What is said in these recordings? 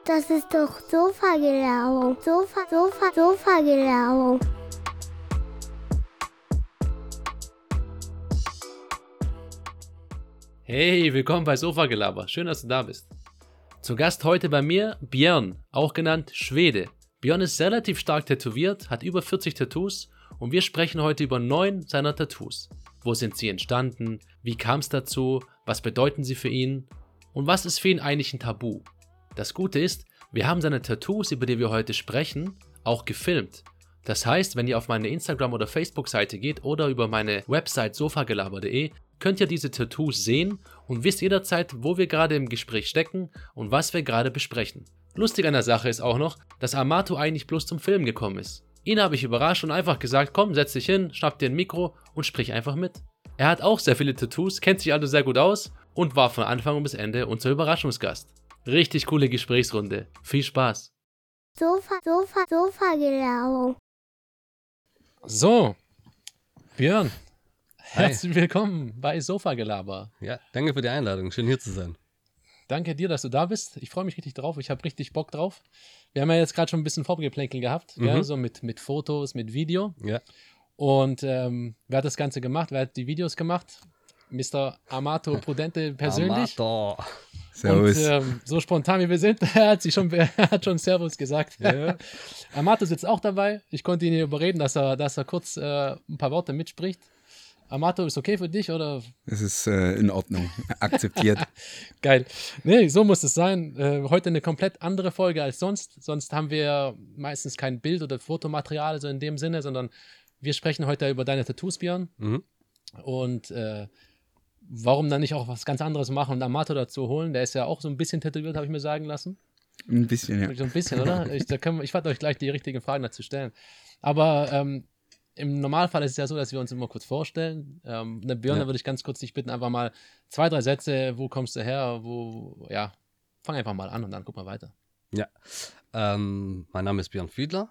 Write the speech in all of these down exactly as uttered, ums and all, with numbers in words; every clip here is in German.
Das ist doch Sofa-Gelaber. Sofa, Sofa, Sofa-Gelaber. Hey, willkommen bei Sofa-Gelaber. Schön, dass du da bist. Zu Gast heute bei mir Björn, auch genannt Schwede. Björn ist relativ stark tätowiert, hat über vierzig Tattoos und wir sprechen heute über neun seiner Tattoos. Wo sind sie entstanden? Wie kam es dazu? Was bedeuten sie für ihn? Und was ist für ihn eigentlich ein Tabu? Das Gute ist, wir haben seine Tattoos, über die wir heute sprechen, auch gefilmt. Das heißt, wenn ihr auf meine Instagram- oder Facebook-Seite geht oder über meine Website sofagelaber punkt de, könnt ihr diese Tattoos sehen und wisst jederzeit, wo wir gerade im Gespräch stecken und was wir gerade besprechen. Lustig an der Sache ist auch noch, dass Amato eigentlich bloß zum Film gekommen ist. Ihn habe ich überrascht und einfach gesagt, komm, setz dich hin, schnapp dir ein Mikro und sprich einfach mit. Er hat auch sehr viele Tattoos, kennt sich also sehr gut aus und war von Anfang bis Ende unser Überraschungsgast. Richtig coole Gesprächsrunde. Viel Spaß. Sofa, Sofa, Sofa-Gelaber. So, Björn, herzlich willkommen bei Sofa-Gelaber. Ja, danke für die Einladung. Schön hier zu sein. Danke dir, dass du da bist. Ich freue mich richtig drauf. Ich habe richtig Bock drauf. Wir haben ja jetzt gerade schon ein bisschen Vorgeplänkel gehabt, Mhm. gell? So mit, mit Fotos, mit Video. Ja. Und ähm, wer hat das Ganze gemacht? Wer hat die Videos gemacht? Mister Amato Prudente persönlich. Amato. Und ähm, so spontan wie wir sind, er hat, sich schon, er hat schon Servus gesagt. Ja. Amato sitzt auch dabei. Ich konnte ihn hier überreden, dass er, dass er kurz äh, ein paar Worte mitspricht. Amato, ist okay für dich, oder? Es ist äh, in Ordnung, akzeptiert. Geil. Nee, so muss es sein. Äh, heute eine komplett andere Folge als sonst. Sonst haben wir meistens kein Bild- oder Fotomaterial, so in dem Sinne, sondern wir sprechen heute über deine Tattoos, Björn. Mhm. Und äh, warum dann nicht auch was ganz anderes machen und Amato dazu holen? Der ist ja auch so ein bisschen tätowiert, habe ich mir sagen lassen. Ein bisschen, ja. So ein bisschen, oder? Ich, da können, wir- ich werde euch gleich die richtigen Fragen dazu stellen. Aber ähm, im Normalfall ist es ja so, dass wir uns immer kurz vorstellen. Ähm, ne, Björn, Ja. da würde ich ganz kurz dich bitten, einfach mal zwei, drei Sätze, wo kommst du her, wo, ja, fang einfach mal an und dann guck mal weiter. Ja. Ähm, mein Name ist Björn Fiedler.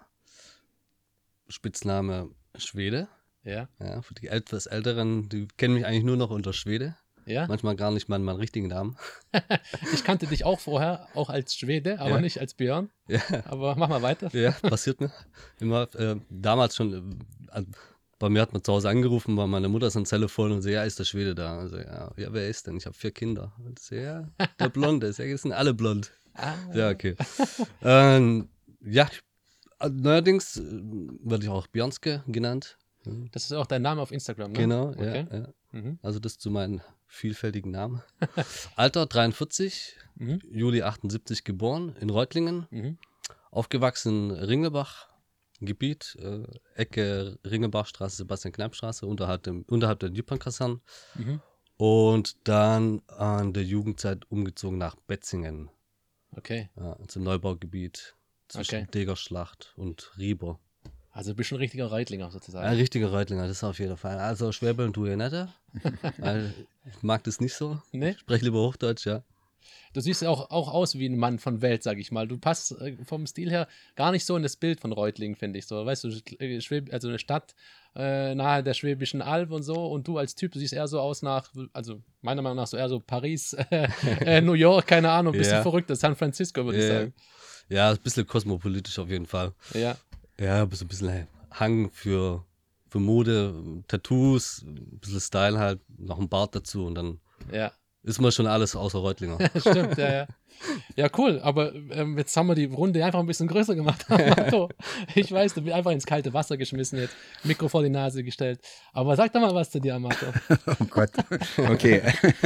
Spitzname Schwede. Ja, Ja, für die etwas Älteren, die kennen mich eigentlich nur noch unter Schwede. ja. Manchmal gar nicht meinen, meinen richtigen Namen. Ich kannte dich auch vorher, auch als Schwede, aber Ja. nicht als Björn. Ja, Aber mach mal weiter. ja passiert mir. Immer, äh, damals schon, äh, bei mir hat man zu Hause angerufen, war meine Mutter ist am Telefon und so, ja, ist der Schwede da? Also, ja, ja, wer ist denn? Ich habe vier Kinder. Und so, ja, der Blonde. Ja, die sind alle blond. Ah, Ja, okay. ähm, ja, äh, neuerdings äh, werde ich auch Björnske genannt. das ist auch dein Name auf Instagram, ne? Genau, Okay. ja, ja. Mhm. Also das zu meinen vielfältigen Namen. Alter dreiundvierzig, Mhm. Juli achtundsiebzig geboren, in Reutlingen. Mhm. Aufgewachsen in Ringelbach, Gebiet, äh, Ecke Ringelbachstraße, Sebastian-Kneipp-Straße, unterhalb, dem, unterhalb der Dupont-Kaserne. Mhm. Und dann an der Jugendzeit umgezogen nach Betzingen, Okay. ja, zum Neubaugebiet zwischen Okay. Degerschlacht und Rieber. Also du bist schon ein richtiger Reitlinger Ein sozusagen. richtiger Reutlinger, das auf jeden Fall. Also schwäbeln tue ich nicht. Weil ich mag das nicht so. Nee? Ich spreche lieber Hochdeutsch, ja. Du siehst auch, auch aus wie ein Mann von Welt, sag ich mal. Du passt äh, vom Stil her gar nicht so in das Bild von Reutlingen, finde ich so. Weißt du, äh, Schwäb also eine Stadt äh, nahe der Schwäbischen Alb und so. Und du als Typ, du siehst eher so aus nach, also meiner Meinung nach so eher so Paris, äh, äh, New York, keine Ahnung, ein bisschen Ja. verrückt, San Francisco, würde ich Ja. sagen. Ja, ein bisschen kosmopolitisch auf jeden Fall. Ja, Ja, so ein bisschen Hang für, für Mode, Tattoos, ein bisschen Style halt, noch ein Bart dazu und dann ja. ist man schon alles außer Reutlinger. Stimmt, ja, ja. Ja, cool, aber ähm, jetzt haben wir die Runde einfach ein bisschen größer gemacht. Amato. Ich weiß, du bist einfach ins kalte Wasser geschmissen jetzt, Mikro vor die Nase gestellt. Aber sag doch mal was zu dir, Amato. Oh Gott, okay.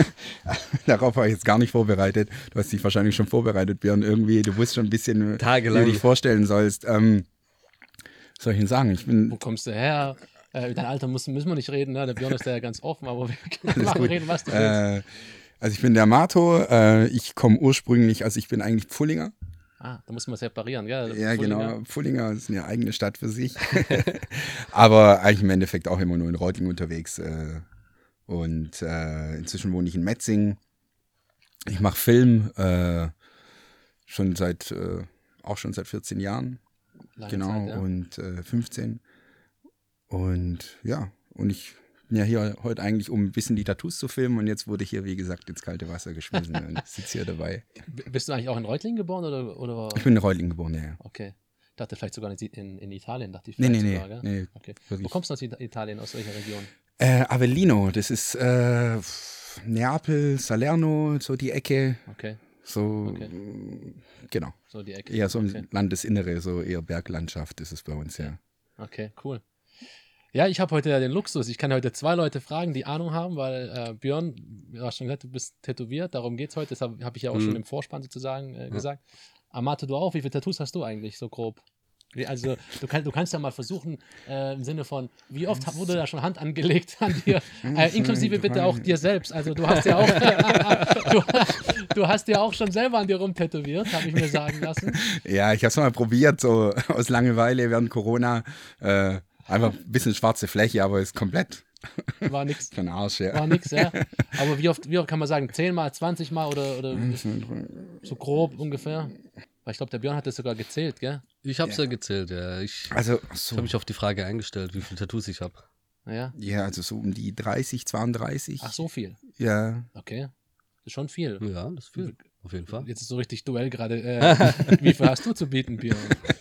Darauf war ich jetzt gar nicht vorbereitet. Du hast dich wahrscheinlich schon vorbereitet, Björn, irgendwie. Du wusstest schon ein bisschen, Tagelang. wie du dich vorstellen sollst. Ähm, was soll ich denn sagen? Ich Wo bin kommst du her? Äh, dein Alter müssen, müssen wir nicht reden, ne? Der Björn ist da ja ganz offen, aber wir können Alles machen, gut. reden, was du willst. Äh, also ich bin der Amato. Äh, ich komme ursprünglich, also ich bin eigentlich Pfullinger. Ah, da muss man separieren, gell? Ja, Pfullinger. genau. Pfullinger ist eine eigene Stadt für sich. Aber eigentlich im Endeffekt auch immer nur in Reutlingen unterwegs. Äh, und äh, inzwischen wohne ich in Metzingen. Ich mache Film äh, schon seit äh, auch schon seit vierzehn Jahren. Lange Genau, Zeit, ja. und äh, fünfzehn. Und ja, und ich ja hier heute eigentlich, um ein bisschen die Tattoos zu filmen und jetzt wurde ich hier, wie gesagt, ins kalte Wasser geschmissen und sitze hier dabei. B- Bist du eigentlich auch in Reutlingen geboren oder? oder? Ich bin in Reutlingen geboren, ja. Okay. Ich dachte vielleicht sogar in, in, in Italien, dachte ich Nee, vielleicht nee, sogar, nee, gell? nee, Okay. wirklich. Wo kommst du aus Ita- Italien, aus welcher Region? Äh, Avellino, das ist äh, Neapel, Salerno, so die Ecke. Okay, So, Okay. äh, genau. so die Ecke. Eher so ein Okay. Landesinnere, so eher Berglandschaft ist es bei uns, ja. Okay, cool. Ja, ich habe heute den Luxus. Ich kann heute zwei Leute fragen, die Ahnung haben, weil äh, Björn, du hast schon gesagt, du bist tätowiert, darum geht es heute. Das habe hab ich ja auch Mhm. schon im Vorspann sozusagen äh, gesagt. Amato, du auch? Wie viele Tattoos hast du eigentlich, so grob? Wie, also, du, kann, du kannst ja mal versuchen, äh, im Sinne von, wie oft ha- wurde da schon Hand angelegt an dir? Äh, inklusive bitte auch dir selbst. Also, du hast ja auch, du, du hast ja auch schon selber an dir rumtätowiert, habe ich mir sagen lassen. Ja, ich habe es mal probiert, so aus Langeweile während Corona. Äh, einfach ein bisschen schwarze Fläche, aber ist komplett War nix. für den Arsch, ja. War nix, ja. Aber wie oft, wie oft kann man sagen? zehn Mal, zwanzig Mal oder, oder so grob ungefähr? Weil ich glaube, der Björn hat das sogar gezählt, gell? Ich habe es ja. gezählt, ja. Ich, Also, ich so, habe mich auf die Frage eingestellt, wie viele Tattoos ich habe. Ja. ja, also so um die dreißig, zweiunddreißig. Ach, so viel. Ja, Okay. Das ist schon viel. Ja, das ist viel. Auf jeden Fall. Jetzt ist so richtig Duell gerade. Äh, wie viel hast du zu bieten, Björn?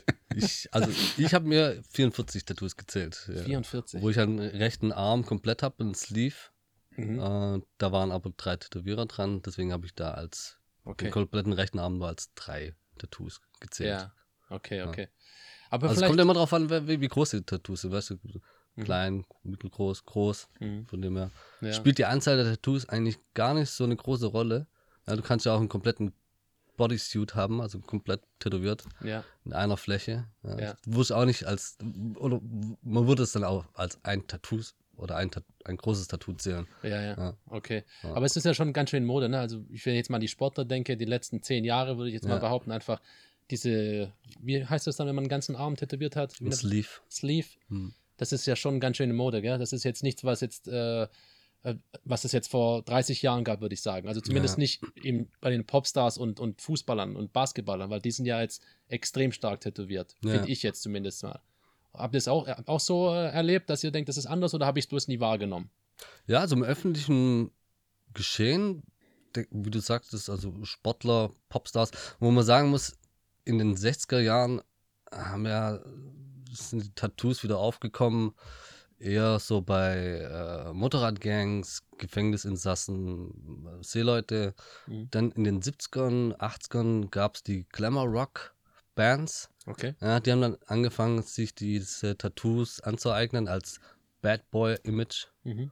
Ich, also ich habe mir vierundvierzig Tattoos gezählt. Ja. vierundvierzig. Wo ich einen rechten Arm komplett habe, einen Sleeve. Mhm. Äh, da waren aber drei Tätowierer dran, deswegen habe ich da als Okay. den kompletten rechten Arm nur als drei Tattoos gezählt. Ja. Okay, okay. Aber Also es vielleicht. kommt immer darauf an, wie, wie groß die Tattoos sind, weißt du, Mhm. klein, mittelgroß, groß, Mhm. von dem her. Ja. Spielt die Anzahl der Tattoos eigentlich gar nicht so eine große Rolle. Ja, du kannst ja auch einen kompletten Bodysuit haben, also komplett tätowiert Ja. in einer Fläche. Ja. Ja. Du wirst auch nicht als, oder man würde es dann auch als ein Tattoo oder ein, Tat- ein großes Tattoo zählen. Ja, ja, Ja. okay. Ja. Aber es ist ja schon ganz schön Mode, ne? Also, ich, wenn ich jetzt mal an die Sportler denke, die letzten zehn Jahre, würde ich jetzt mal Ja. behaupten, einfach diese, wie heißt das dann, wenn man einen ganzen Arm tätowiert hat? Wie Ein nennt- Sleeve. Sleeve. Hm. Das ist ja schon ganz schön Mode, gell? Das ist jetzt nichts, was jetzt, äh, äh, was es jetzt vor dreißig Jahren gab, würde ich sagen. Also zumindest Ja. nicht im, bei den Popstars und, und Fußballern und Basketballern, weil die sind ja jetzt extrem stark tätowiert. Ja. Finde ich jetzt zumindest mal. Habt ihr es auch, auch so äh, erlebt, dass ihr denkt, das ist anders oder habe ich es bloß nie wahrgenommen? Ja, also im öffentlichen Geschehen, de- wie du sagtest, also Sportler, Popstars, wo man sagen muss, in den sechziger Jahren haben ja, sind die Tattoos wieder aufgekommen, eher so bei äh, Motorradgangs, Gefängnisinsassen, äh, Seeleute. Mhm. Dann in den siebzigern, achtzigern gab es die Glamour-Rock-Bands. Okay. Ja, die haben dann angefangen, sich diese Tattoos anzueignen als Bad Boy-Image. Mhm.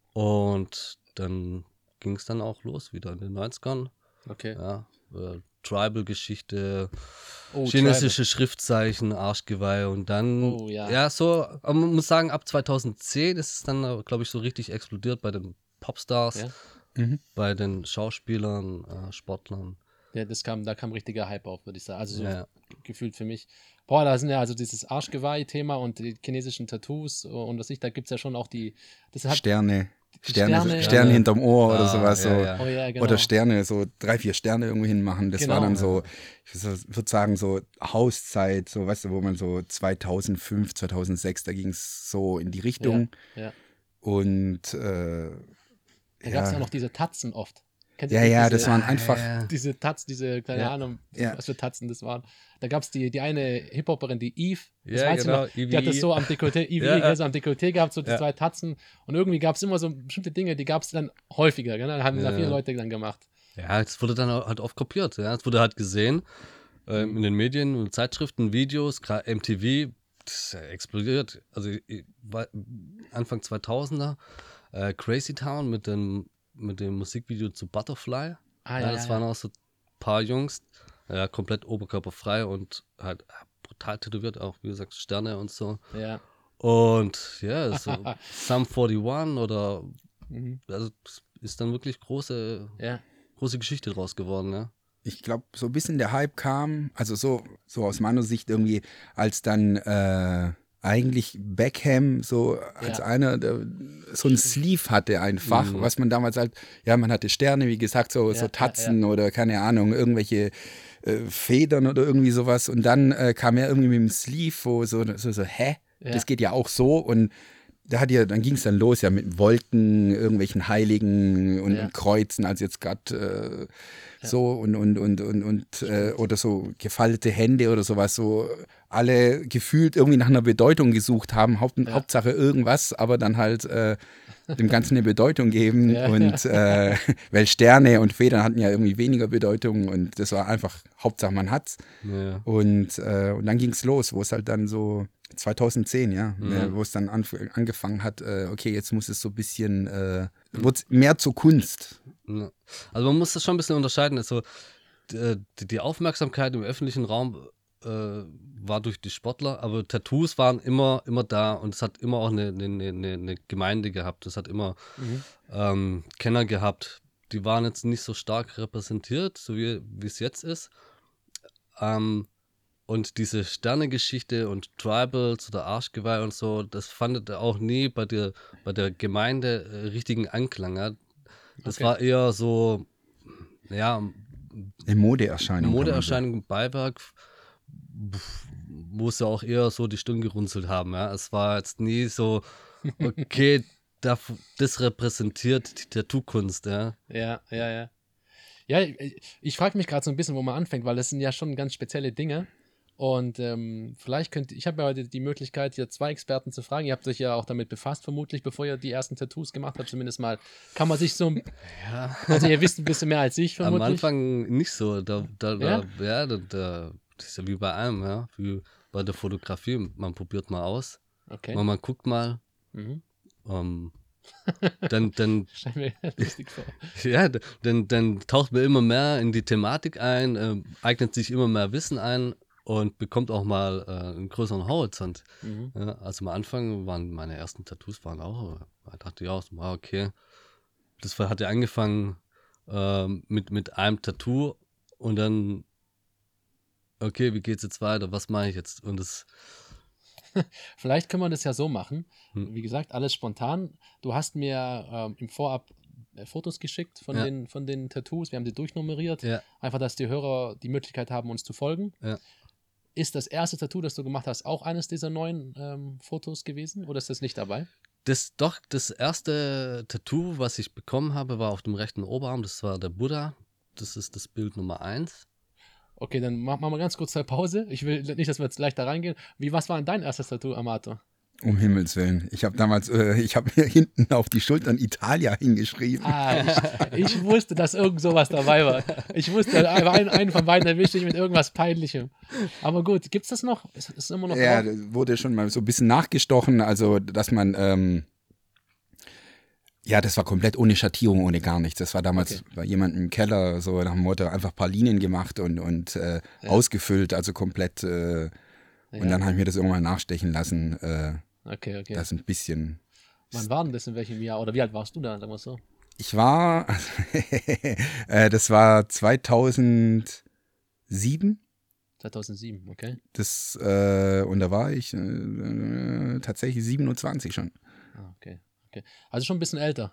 Und dann ging es dann auch los, wieder in den neunzigern. Okay. Ja, äh, Tribal-Geschichte, Oh, chinesische Schriftzeichen, Arschgeweih und dann, Oh, ja. so, aber man muss sagen, ab zweitausendzehn ist es dann, glaube ich, so richtig explodiert bei den Popstars, Ja. Mhm. bei den Schauspielern, äh, Sportlern. Ja, das kam, da kam richtiger Hype auf, würde ich sagen. Also so Ja. gefühlt für mich. Boah, da sind ja also dieses Arschgeweih-Thema und die chinesischen Tattoos und was ich, da gibt es ja schon auch die. Das hat, Sterne, Die Sterne, Sterne, Sterne ja. hinterm Ohr oder Ah, sowas. ja, so. ja. oh ja, genau. Oder Sterne, so drei, vier Sterne irgendwo hinmachen. Das Genau. war dann so, ich würde sagen, so Hauszeit, so, weißt du, wo man so zweitausendfünf, zweitausendsechs, da ging es so in die Richtung. Ja. Und äh, Da gab es ja. auch noch diese Tatzen oft. Kennt Ja, ihr ja, diese, das waren einfach. Ja, Diese Tatzen, diese, keine Ja. Ahnung, Ja. was für Tatzen das waren. Da gab es die, die eine Hip-Hopperin, die Eve. Das Ja, weißt du genau, noch? Die hat das Eve. so am Dekolleté, Eve, Ja, ja. so am Dekolleté gehabt, so die Ja. zwei Tatzen. Und irgendwie gab es immer so bestimmte Dinge, die gab es dann häufiger. Gell? Dann haben da Ja. viele Leute dann gemacht. Ja, es wurde dann halt oft kopiert. Ja. Es wurde halt gesehen ähm, in den Medien und Zeitschriften, Videos, gerade M T V, das ist ja explodiert. Also ich- war- Anfang zweitausender, äh, Crazy Town mit dem, mit dem Musikvideo zu Butterfly. Ah, ja, ja, das ja, waren ja. auch so ein paar Jungs, ja, komplett oberkörperfrei und halt brutal tätowiert, auch wie gesagt Sterne und so. Ja. Und ja, so Sum einundvierzig oder Mhm. also das ist dann wirklich große, Ja. große Geschichte draus geworden, ja. Ich glaube, so ein bisschen der Hype kam, also so, so aus meiner Sicht irgendwie, als dann äh, eigentlich Beckham so als Ja. einer, der so ein Sleeve hatte einfach, Mhm. was man damals halt, ja, man hatte Sterne, wie gesagt, so, Ja, so ja, Tatzen oder keine Ahnung, irgendwelche äh, Federn oder irgendwie sowas und dann äh, kam er irgendwie mit dem Sleeve, wo so, so, so hä? Ja. Das geht ja auch so und da hat ja, dann ging es dann los, ja, mit Wolken, irgendwelchen Heiligen und Ja. Kreuzen, also jetzt gerade äh, Ja. so und und und und, und äh, oder so gefaltete Hände oder sowas, so alle gefühlt irgendwie nach einer Bedeutung gesucht haben, Haupt, Ja. Hauptsache irgendwas, aber dann halt äh, dem Ganzen eine Bedeutung geben Ja, und äh, weil Sterne und Federn hatten ja irgendwie weniger Bedeutung und das war einfach Hauptsache man hat's. Ja. Und, äh, und dann ging es los, wo es halt dann so zweitauszehn, ja, Mhm. äh, wo es dann anf angefangen hat, äh, okay, jetzt muss es so ein bisschen, äh, wurde mehr zur Kunst. Ja. Also man muss das schon ein bisschen unterscheiden. Also die, die Aufmerksamkeit im öffentlichen Raum äh, war durch die Sportler, aber Tattoos waren immer, immer da und es hat immer auch eine, eine, eine, eine Gemeinde gehabt. Es hat immer Mhm. ähm, Kenner gehabt. Die waren jetzt nicht so stark repräsentiert, so wie wie es jetzt ist. Ähm, und diese Sterne-Geschichte und Tribals oder Arschgeweih und so, das fandet auch nie bei der, bei der Gemeinde äh, richtigen Anklang. Ja. Das Okay. war eher so, ja, Eine Modeerscheinung. Modeerscheinung, Beiwerk, wo sie auch eher so die Stirn gerunzelt haben. Ja. Es war jetzt nie so, okay, das, das repräsentiert die Tattoo-Kunst. Ja. Ja, ja, ja. Ja, ich, ich frage mich gerade so ein bisschen, wo man anfängt, weil das sind ja schon ganz spezielle Dinge. Und ähm, vielleicht könnt ich habe ja heute die Möglichkeit, hier zwei Experten zu fragen. Ihr habt euch ja auch damit befasst, vermutlich, bevor ihr die ersten Tattoos gemacht habt. Zumindest mal kann man sich so. Ja. Also, ihr wisst ein bisschen mehr als ich, Am vermutlich. Anfang nicht so. Da, da, Ja? da, ja, da, da, das ist ja wie bei allem, ja. Wie bei der Fotografie. Man probiert mal aus. Okay. Man, man guckt mal. Mhm. Ähm, dann, dann, Scheint mir lustig vor. ja, dann, dann taucht man immer mehr in die Thematik ein, ähm, eignet sich immer mehr Wissen ein und bekommt auch mal äh, einen größeren Horizont. Mhm. Ja, also am Anfang waren meine ersten Tattoos waren auch, da dachte ich auch, so, wow, okay. Das war, hat ja angefangen ähm, mit, mit einem Tattoo und dann, okay, wie geht's jetzt weiter? Was mache ich jetzt? Und das, Vielleicht können wir das ja so machen. Hm. Wie gesagt, alles spontan. Du hast mir ähm, im Vorab äh, Fotos geschickt von, Ja. den, von den Tattoos. Wir haben die durchnummeriert. ja, Einfach, dass die Hörer die Möglichkeit haben, uns zu folgen. Ja. Ist das erste Tattoo, das du gemacht hast, auch eines dieser neuen ähm, Fotos gewesen? Oder ist das nicht dabei? das doch, das erste Tattoo, was ich bekommen habe, war auf dem rechten Oberarm, das war der Buddha. Das ist das Bild Nummer eins. Okay, dann machen wir mal ganz kurz eine Pause. Ich will nicht, dass wir jetzt gleich da reingehen. Wie, was war denn dein erstes Tattoo, Amato? Um Himmels Willen. Ich habe damals, äh, ich habe mir hinten auf die Schultern Italia hingeschrieben. Ah, ich, ich wusste, dass irgend sowas dabei war. Ich wusste, einen, einen von beiden erwischte ich mit irgendwas Peinlichem. Aber gut, gibt's das noch? Ist es immer noch Ja, drauf? das wurde schon mal so ein bisschen nachgestochen, also dass man, ähm, ja, das war komplett ohne Schattierung, ohne gar nichts. Das war damals Okay. bei jemandem im Keller, so nach dem Motto, einfach ein paar Linien gemacht und, und äh, Ja. ausgefüllt, also komplett. Äh, Ja. Und dann habe ich mir das irgendwann nachstechen lassen, äh, Okay, okay. das ein bisschen. Wann war denn das, in welchem Jahr? Oder wie alt warst du da, sagen wir so? Ich war, äh, das war zweitausendsieben. zweitausendsieben, okay. Das, äh, und da war ich äh, tatsächlich siebenundzwanzig schon. Ah, okay, okay. Also schon ein bisschen älter.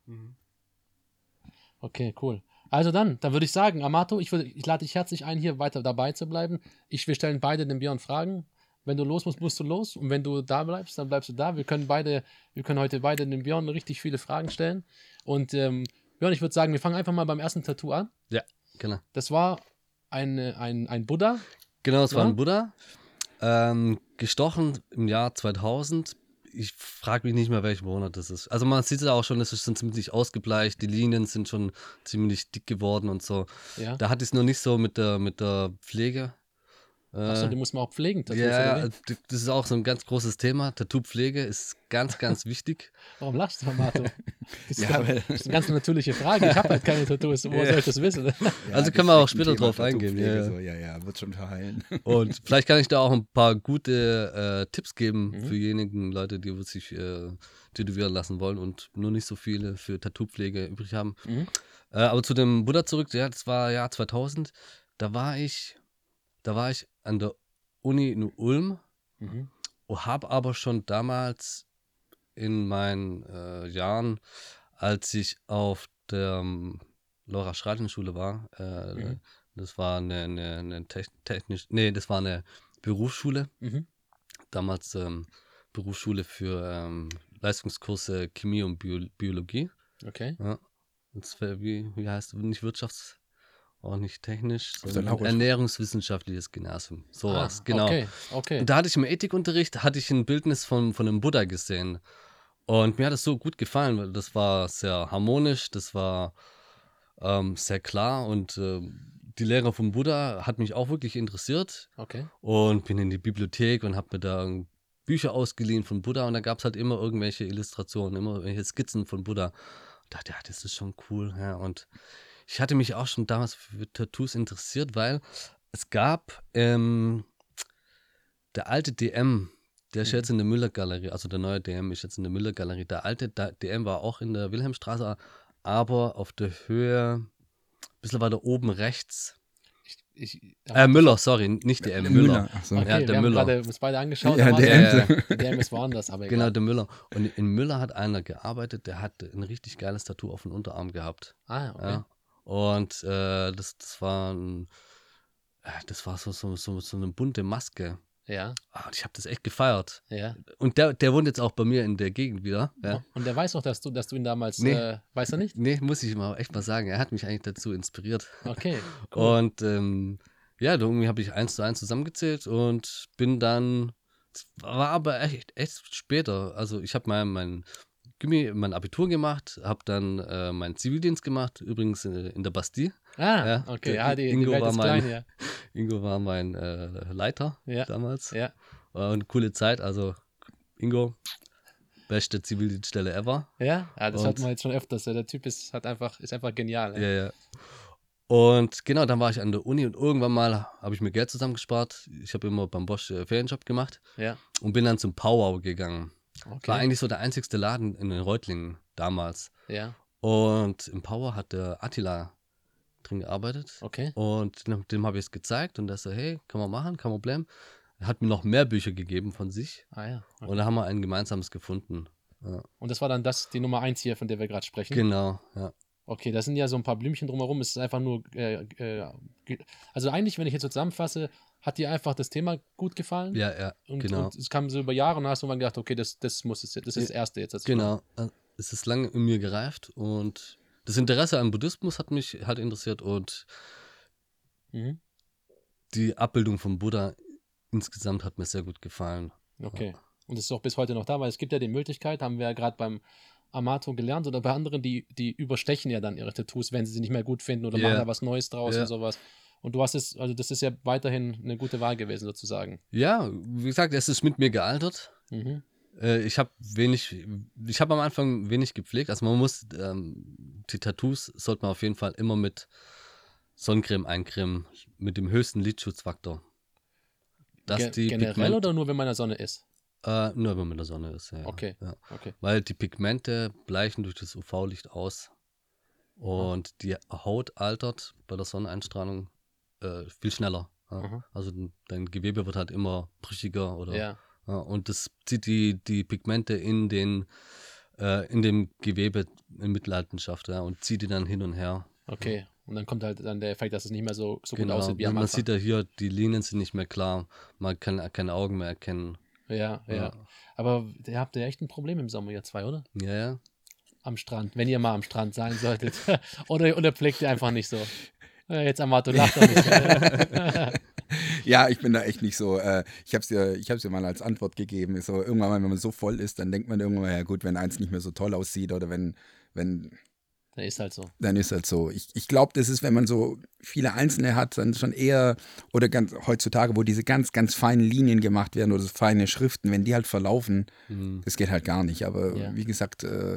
Okay, cool. Also dann, dann würde ich sagen, Amato, ich, würde, ich lade dich herzlich ein, hier weiter dabei zu bleiben. Ich, wir stellen beide den Björn Fragen. Wenn du los musst, musst du los. Und wenn du da bleibst, dann bleibst du da. Wir können beide, wir können heute beide dem Björn richtig viele Fragen stellen. Und ähm, Björn, ich würde sagen, wir fangen einfach mal beim ersten Tattoo an. Ja, genau. Das war ein, ein, ein Buddha. Genau, das war Ja? ein Buddha. Ähm, gestochen im Jahr zweitausend. Ich frage mich nicht mehr, welchen Monat das ist. Also man sieht es auch schon, es ist schon ziemlich ausgebleicht. Die Linien sind schon ziemlich dick geworden und so. Ja. Da hatte ich es noch nicht so mit der, mit der Pflege. Achso, Äh, die muss man auch pflegen. Tattoos, ja, oder wie? d- das ist auch so ein ganz großes Thema. Tattoo-Pflege ist ganz, ganz wichtig. Warum lachst du, Amato? Das ist, Ja, doch, weil- das ist eine ganz natürliche Frage. Ich habe halt keine Tattoos. Woher Ja. soll ich das wissen? Also das können wir auch ist echt ein später Thema, drauf eingehen, Tattoo-Pflege, ja, ja. So, ja, ja, wird schon verheilen. Und vielleicht kann ich da auch ein paar gute äh, Tipps geben Mhm. für diejenigen Leute, die sich äh, tätowieren lassen wollen und nur nicht so viele für Tattoo-Pflege übrig haben. Mhm. Äh, aber zu dem Buddha zurück, ja, das war Jahr zweitausend. Da war ich, da war ich an der Uni in Ulm, Mhm. habe aber schon damals in meinen äh, Jahren, als ich auf der ähm, Laura Schreiten-Schule war, äh, Mhm. das war eine, eine, eine Tech- technisch, nee, das war eine Berufsschule, Mhm. damals ähm, Berufsschule für ähm, Leistungskurs äh, Chemie und Bio Biologie. Okay. Ja. Das wär, wie, wie heißt nicht Wirtschafts-, auch nicht technisch, der sondern Laura- Ernährungswissenschaftliches Gymnasium. Sowas, Ah, genau. Okay, okay. Und da hatte ich im Ethikunterricht, hatte ich ein Bildnis von, von einem Buddha gesehen. Und mir hat es so gut gefallen, weil das war sehr harmonisch, das war ähm, sehr klar und äh, die Lehre vom Buddha hat mich auch wirklich interessiert Okay. und bin in die Bibliothek und habe mir da Bücher ausgeliehen von Buddha und da gab es halt immer irgendwelche Illustrationen, immer irgendwelche Skizzen von Buddha. Ich dachte, ja, das ist schon cool. Ja. Und ich hatte mich auch schon damals für Tattoos interessiert, weil es gab ähm, der alte D M, der ist Mhm. jetzt in der Müller-Galerie, also der neue D M ist jetzt in der Müller-Galerie. Der alte D M war auch in der Wilhelmstraße, aber auf der Höhe, ein bisschen weiter oben rechts. Ich, ich, Äh, Müller, sorry, nicht D M, Der Müller. Müller, ach so. Okay, Ja, wir der haben Müller. gerade uns beide angeschaut. Ja, da war der der, M. der M ist woanders, aber Genau, egal. der Müller. Und in Müller hat einer gearbeitet, der hat ein richtig geiles Tattoo auf dem Unterarm gehabt. Ah, okay. Ja. Und äh, das, das war ein, äh, das war so, so, so, so eine bunte Maske. Ja, Ah, und ich habe das echt gefeiert. ja. Und der, der wohnt jetzt auch bei mir in der Gegend wieder. Ja. Und der weiß auch, dass du, dass du ihn damals, Nee. äh, weiß er nicht? Nee, muss ich mal echt mal sagen. Er hat mich eigentlich dazu inspiriert. Okay, cool. Und ähm, ja, da irgendwie habe ich eins zu eins zusammengezählt und bin dann, es war aber echt, echt später. Also ich habe mein, mein Gymi, mein Abitur gemacht, habe dann äh, meinen Zivildienst gemacht, übrigens in, in der Bastille. Ah, ja, okay, der ja, die, die Ingo Welt war ist mein- klein, ja. Ingo war mein äh, Leiter Ja. damals. Ja, War eine coole Zeit. Also Ingo, beste Zivildienststelle ever. ja, ja das Und- hat man jetzt schon öfters. Ja. Der Typ ist, hat einfach, ist einfach genial. Ja, Ja. ja. Und genau, dann war ich an der Uni und irgendwann mal habe ich mir Geld zusammengespart. Ich habe immer beim Bosch äh, Ferienjob gemacht Ja, und bin dann zum Powwow gegangen. okay. War eigentlich so der einzigste Laden in den Reutlingen damals. Ja, Und im Powwow hat der Attila drin gearbeitet. okay. Und dem, dem habe ich es gezeigt und der so, hey, kann man machen, kein Problem. Er hat mir noch mehr Bücher gegeben von sich Ah ja. Okay. und da haben wir ein gemeinsames gefunden. Ja. Und das war dann das, die Nummer eins hier, von der wir gerade sprechen. Genau, ja. Okay, da sind ja so ein paar Blümchen drumherum. Es ist einfach nur, äh, äh, ge- also eigentlich, wenn ich jetzt so zusammenfasse, hat dir einfach das Thema gut gefallen. Ja, ja, Und, genau. und es kam so über Jahre und dann hast du irgendwann gedacht, okay, das, das muss es, das ist das Erste jetzt. Das Genau. Äh, Es ist lange in mir gereift und das Interesse am Buddhismus hat mich halt interessiert und Mhm. die Abbildung vom Buddha insgesamt hat mir sehr gut gefallen. Okay. Und das ist auch bis heute noch da, weil es gibt ja die Möglichkeit, haben wir ja gerade beim Amato gelernt oder bei anderen, die, die überstechen ja dann ihre Tattoos, wenn sie sie nicht mehr gut finden oder Ja. machen da was Neues draus Ja. und sowas. Und du hast es, also das ist ja weiterhin eine gute Wahl gewesen sozusagen. Ja, wie gesagt, es ist mit mir gealtert. Mhm. Äh, ich habe wenig, ich habe am Anfang wenig gepflegt. Also man muss, ähm, die Tattoos sollte man auf jeden Fall immer mit Sonnencreme eincremen, mit dem höchsten Lidschutzfaktor. Dass Ge die generell Pigment- oder nur, wenn man in der Sonne ist? Äh, nur wenn man in der Sonne ist, ja. Okay. Ja. Okay. Weil die Pigmente bleichen durch das U V-Licht aus. Und die Haut altert bei der Sonneneinstrahlung äh, viel schneller. Ja. Mhm. Also dein Gewebe wird halt immer brüchiger oder Ja. ja, und das zieht die, die Pigmente in den äh, in dem Gewebe in Mitleidenschaft, ja, und zieht die dann hin und her. Okay. Und dann kommt halt dann der Effekt, dass es nicht mehr so, so gut Genau. aussieht wie Man, am man Anfang. sieht ja hier, die Linien sind nicht mehr klar. Man kann keine Augen mehr erkennen. Ja, ja, Aber ihr habt ja echt ein Problem im Sommer, ihr zwei, oder? Ja, ja. Am Strand, wenn ihr mal am Strand sein solltet. oder, oder pflegt ihr einfach nicht so? Ja, jetzt Amato lacht doch nicht. So. Ja, ich bin da echt nicht so. Äh, ich habe es dir, ich hab's dir mal als Antwort gegeben. Ist so, irgendwann mal, wenn man so voll ist, dann denkt man irgendwann mal, ja gut, wenn eins nicht mehr so toll aussieht oder wenn, wenn, Der ist halt so. dann ist halt so. Ich, ich glaube, das ist, wenn man so viele Einzelne hat, dann schon eher, oder ganz heutzutage, wo diese ganz, ganz feinen Linien gemacht werden oder so feine Schriften, wenn die halt verlaufen, Mhm. das geht halt gar nicht. Aber Ja. wie gesagt, äh,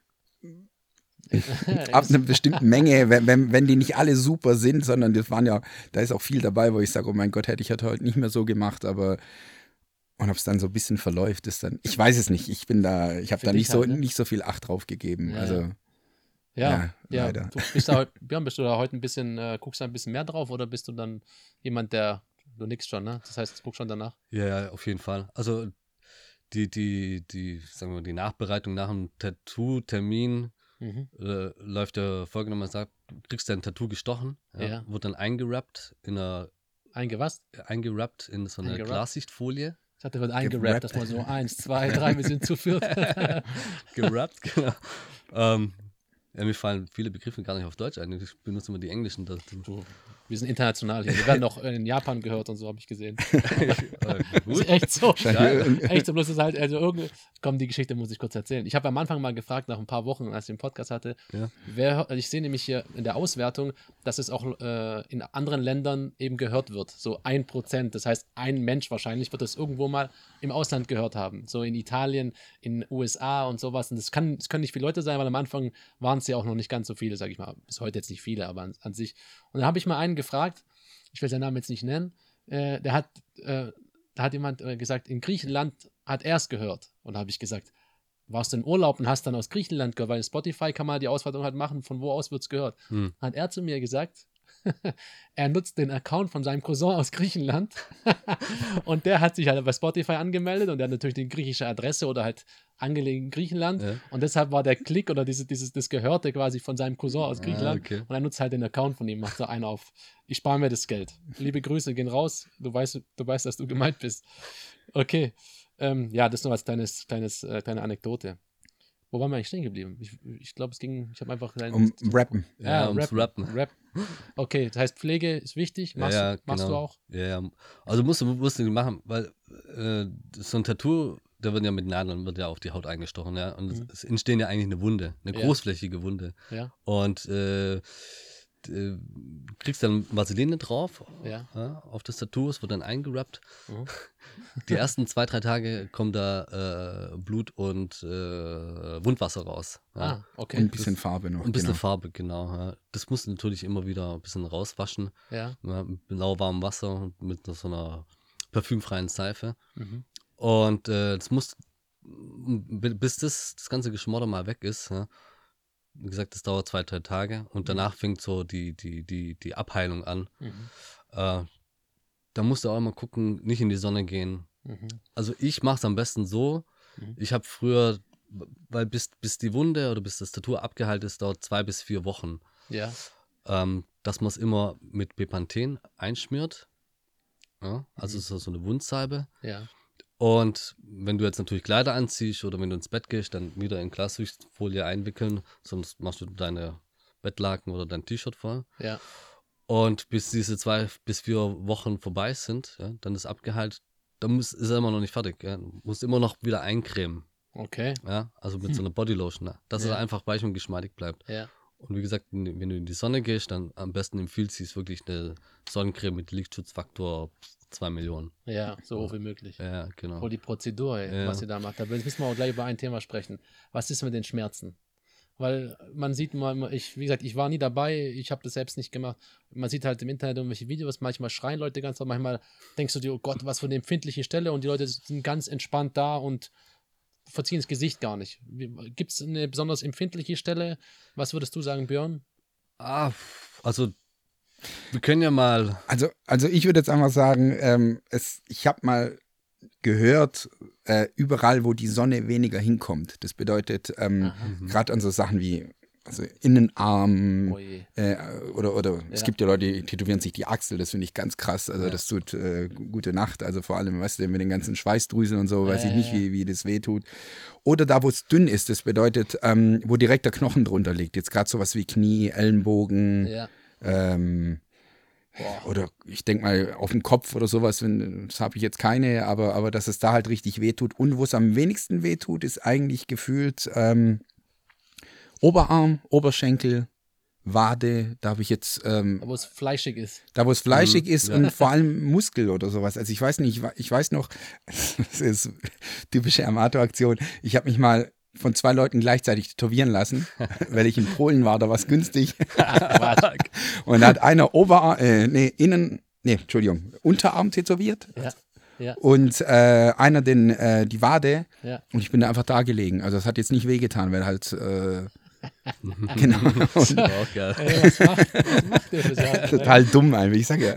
ab einer bestimmten Menge, wenn, wenn, wenn die nicht alle super sind, sondern das waren ja, da ist auch viel dabei, wo ich sage, oh mein Gott, hätte ich halt heute nicht mehr so gemacht, aber und ob es dann so ein bisschen verläuft, ist dann, ich weiß es nicht, ich bin da, ich habe Für da dich nicht so, halt, ne? nicht so viel Acht drauf gegeben, Ja, also Ja, Ja, ja. leider. Du bist da, heut- Björn, bist du da heute ein bisschen, äh, guckst da ein bisschen mehr drauf oder bist du dann jemand, der, du nix schon, ne? Das heißt, du guckst schon danach. Ja, ja, auf jeden Fall. Also die, die, die, sagen wir, die Nachbereitung nach dem Tattoo-Termin Mhm. äh, läuft ja folgendermaßen sagt, du kriegst dein Tattoo gestochen, ja, Ja. wird dann eingerappt in einer Eingewasst? eingerappt in so eine Eingerappt? Glassichtfolie. Ich hatte wird eingerappt, dass man so eins, zwei, drei, wir sind zu viert. Gerappt, genau. ähm, ja, mir fallen viele Begriffe gar nicht auf Deutsch ein. Ich benutze immer die englischen. Das, Wir sind international hier. Wir werden noch in Japan gehört und so, habe ich gesehen. äh, Das ist echt so. Geil. Echt so, bloß ist halt, also irgendwie, komm, die Geschichte muss ich kurz erzählen. Ich habe am Anfang mal gefragt, nach ein paar Wochen, als ich den Podcast hatte, Ja. wer, ich sehe nämlich hier in der Auswertung, dass es auch äh, in anderen Ländern eben gehört wird. So ein Prozent. Das heißt, ein Mensch wahrscheinlich wird es irgendwo mal im Ausland gehört haben. So in Italien, in U S A und sowas. Und das, kann, das können nicht viele Leute sein, weil am Anfang waren es ja auch noch nicht ganz so viele, sage ich mal. Bis heute jetzt nicht viele, aber an, an sich. Und dann habe ich mal einen gefragt, ich will seinen Namen jetzt nicht nennen, äh, der hat, äh, da hat jemand äh, gesagt, in Griechenland hat er es gehört. Und da habe ich gesagt, warst du in Urlaub und hast dann aus Griechenland gehört, weil in Spotify kann man die Auswertung halt machen, von wo aus wird es gehört. Hm. Hat er zu mir gesagt, er nutzt den Account von seinem Cousin aus Griechenland und der hat sich halt bei Spotify angemeldet und der hat natürlich die griechische Adresse oder halt angelegt in Griechenland Ja. und deshalb war der Klick oder diese, dieses, das Gehörte quasi von seinem Cousin aus Griechenland Ah, okay. und er nutzt halt den Account von ihm, macht so einen auf, ich spare mir das Geld. Liebe Grüße, gehen raus, du weißt, du weißt, dass du gemeint bist. Okay, ähm, ja, das nur als kleines, kleines, äh, kleine Anekdote. Wo waren wir eigentlich stehen geblieben? Ich, ich glaube, es ging, ich habe einfach... Ein, Um Rappen. Ja, ums Rappen. Rap. Okay, das heißt, Pflege ist wichtig. Machst, ja, ja, du, machst genau. du auch? Ja, ja. Also musst du, musst du machen, weil äh, so ein Tattoo, da wird ja mit Nadeln wird ja auf die Haut eingestochen, ja. Und Mhm. es, es entstehen ja eigentlich eine Wunde, eine Ja. großflächige Wunde. Ja, Und äh, d- du kriegst dann Vaseline drauf ja. ja, auf das Tattoo, es wird dann eingerappt. Mhm. Die ersten zwei, drei Tage kommt da äh, Blut und äh, Wundwasser raus. Ja. Ah, Und okay. ein bisschen Farbe noch. Und ein bisschen genau. Farbe, genau. Ja. Das musst du natürlich immer wieder ein bisschen rauswaschen. Ja. Ja, mit lauwarmem Wasser und mit so einer parfümfreien Seife. Mhm. Und äh, das muss, b- bis das, das ganze Geschmodder mal weg ist, ja. Wie gesagt, das dauert zwei, drei Tage und danach fängt so die, die, die, die Abheilung an. Mhm. Äh, da musst du auch immer gucken, nicht in die Sonne gehen. Mhm. Also ich mache es am besten so. Mhm. Ich habe früher, weil bis, bis die Wunde oder bis das Tattoo abgeheilt ist, dauert zwei bis vier Wochen. Ja. Ähm, dass man es immer mit Bepanthen einschmiert. Ja, also Mhm. so, so eine Wundsalbe. Ja. Und wenn du jetzt natürlich Kleider anziehst oder wenn du ins Bett gehst, dann wieder in Glasfolie einwickeln, sonst machst du deine Bettlaken oder dein T-Shirt voll. Ja. Und bis diese zwei bis vier Wochen vorbei sind, ja, dann ist abgeheilt, dann muss, ist er immer noch nicht fertig. Ja. Du musst immer noch wieder eincremen. Okay. Ja, also mit so einer Bodylotion, ne, dass Ja. es einfach weich und geschmeidig bleibt. Ja. Und wie gesagt, wenn du in die Sonne gehst, dann am besten empfiehlt sich wirklich eine Sonnencreme mit Lichtschutzfaktor zwei Millionen. Ja, so hoch wie möglich. Ja, genau. Voll die Prozedur, ey, Ja. was ihr da macht. Da müssen wir auch gleich über ein Thema sprechen. Was ist mit den Schmerzen? Weil man sieht mal, ich, wie gesagt, ich war nie dabei, ich habe das selbst nicht gemacht. Man sieht halt im Internet irgendwelche Videos, manchmal schreien Leute ganz laut, manchmal denkst du dir, oh Gott, was für eine empfindliche Stelle und die Leute sind ganz entspannt da und verziehen das Gesicht gar nicht. Gibt es eine besonders empfindliche Stelle? Was würdest du sagen, Björn? Ah, also wir können ja mal. Also, also ich würde jetzt einfach sagen, ähm, es, ich habe mal gehört, äh, überall, wo die Sonne weniger hinkommt. Das bedeutet, ähm, gerade an so Sachen wie also Innenarm Oh je. äh, oder, oder es Ja. gibt ja Leute, die tätowieren sich die Achsel, das finde ich ganz krass. Also Ja. das tut äh, gute Nacht, also vor allem, weißt du, mit den ganzen Schweißdrüsen und so, weiß Ja, ich nicht, ja, ja. wie, wie das wehtut. Oder da, wo es dünn ist, das bedeutet, ähm, wo direkt der Knochen drunter liegt. Jetzt gerade sowas wie Knie, Ellenbogen, Ja. ähm, Boah. oder ich denke mal auf den Kopf oder sowas, wenn, das habe ich jetzt keine, aber, aber dass es da halt richtig wehtut. Und wo es am wenigsten wehtut, ist eigentlich gefühlt ähm, Oberarm, Oberschenkel, Wade, da habe ich jetzt, ähm, Wo es fleischig ist. da wo es fleischig ist ja. und vor allem Muskel oder sowas. Also ich weiß nicht, ich, we- ich weiß noch, das ist typische Amateur-Aktion, ich habe mich mal von zwei Leuten gleichzeitig tätowieren lassen, weil ich in Polen war, da war es günstig. Quatsch. Und da hat einer Oberarm, äh, nee, innen, nee, Entschuldigung, Unterarm tätowiert Ja. Ja. und äh, einer den, äh, die Wade Ja. und ich bin da einfach da gelegen. Also das hat jetzt nicht wehgetan, weil halt, äh, genau, und Auch geil. Ey, was macht, was macht ihr für Sachen? total dumm einfach, ich sag ja.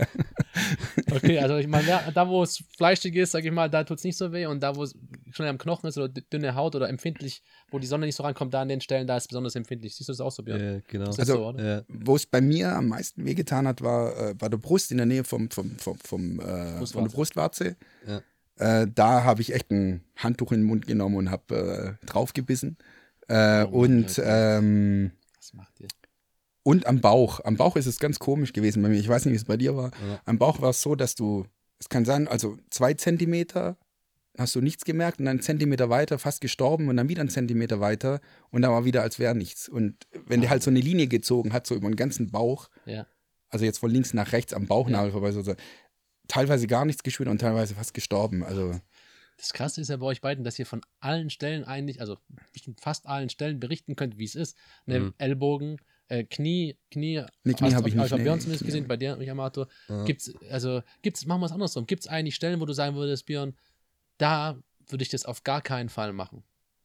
Okay, also ich meine, ja, da wo es fleischig ist, sag ich mal, da tut es nicht so weh und da wo es schon am Knochen ist oder d- dünne Haut oder empfindlich, wo die Sonne nicht so rankommt, da an den Stellen, da ist es besonders empfindlich. Siehst du das auch so, Björn? Ja, genau. Ist das Also, so, oder? Ja, Wo es bei mir am meisten wehgetan hat, war äh, bei der Brust in der Nähe vom, vom, vom, vom, äh, von der Brustwarze. Ja. Äh, da habe ich echt ein Handtuch in den Mund genommen und habe äh, draufgebissen. Äh, Oh mein und Gott. ähm, Was macht ihr? Und am Bauch. Am Bauch ist es ganz komisch gewesen bei mir. Ich weiß nicht, wie es bei dir war. Ja. Am Bauch war es so, dass du, es kann sein, also zwei Zentimeter hast du nichts gemerkt und dann einen Zentimeter weiter fast gestorben und dann wieder einen Zentimeter weiter und dann war wieder, als wäre nichts. Und wenn der halt so eine Linie gezogen hat, so über den ganzen Bauch, Ja. also jetzt von links nach rechts am Bauchnabel vorbei, so, so, teilweise gar nichts gespürt und teilweise fast gestorben. Also Das Krasse ist ja bei euch beiden, dass ihr von allen Stellen eigentlich, also bestimmt fast allen Stellen berichten könnt, wie es ist. Ne, Mhm. Ellbogen, äh, Knie, Knie, Nee, Knie hab ich nicht, Bei nee, Björn zumindest Knie gesehen, hab bei dir, Yamato. Ja. Gibt's, also, gibt's, machen wir es andersrum. Gibt es eigentlich Stellen, wo du sagen würdest, Björn, da würde ich das auf gar keinen Fall machen?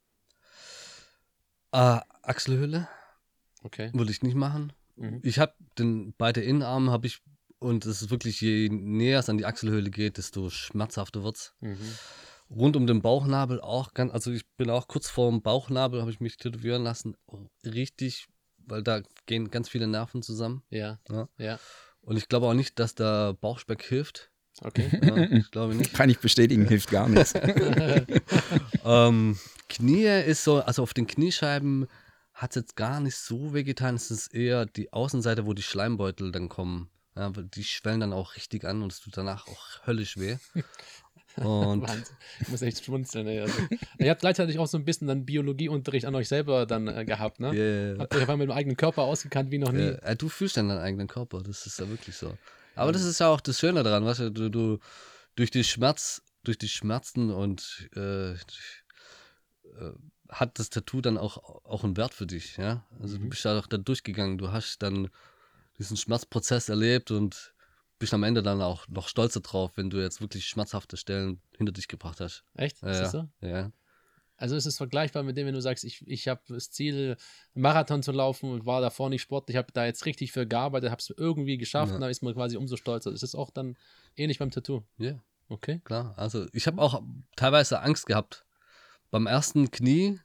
Ah, Achselhöhle Okay. würde ich nicht machen. Mhm. Ich habe den beide Innenarme habe ich und es ist wirklich, je näher es an die Achselhöhle geht, desto schmerzhafter wird's. Mhm. Rund um den Bauchnabel auch ganz, also ich bin auch kurz vor dem Bauchnabel, habe ich mich tätowieren lassen. Richtig, weil da gehen ganz viele Nerven zusammen. Ja. Ja. Ja. Und ich glaube auch nicht, dass der Bauchspeck hilft. Okay. Ja, ich glaube nicht. kann ich bestätigen, hilft gar nichts. ähm, Knie ist so, also auf den Kniescheiben hat es jetzt gar nicht so wehgetan. Es ist eher die Außenseite, wo die Schleimbeutel dann kommen. Ja, weil die schwellen dann auch richtig an und es tut danach auch höllisch weh. Und Wahnsinn. Ich muss echt schmunzeln. Ey. Also, ihr habt gleichzeitig auch so ein bisschen dann Biologieunterricht an euch selber dann äh, gehabt, ne? yeah, Habt ihr auf einmal mit dem eigenen Körper ausgekannt wie noch nie? äh, du fühlst dann deinen eigenen Körper, das ist ja wirklich so. Aber das ist ja auch das Schöne daran, weißt du, du, du durch die Schmerz, durch die Schmerzen und äh, äh, hat das Tattoo dann auch, auch einen Wert für dich, ja. Also Mhm. du bist ja auch da durchgegangen, du hast dann diesen Schmerzprozess erlebt und bist am Ende dann auch noch stolzer drauf, wenn du jetzt wirklich schmerzhafte Stellen hinter dich gebracht hast. Echt? Ja, Ist ja, das so? ja. Also ist es vergleichbar mit dem, wenn du sagst, ich, ich habe das Ziel, einen Marathon zu laufen und war davor nicht sportlich, ich habe da jetzt richtig für gearbeitet, habe es irgendwie geschafft Ja. und da ist man quasi umso stolzer. Ist das auch dann ähnlich beim Tattoo? Ja, Okay. klar. Also ich habe auch teilweise Angst gehabt. Beim ersten Knie,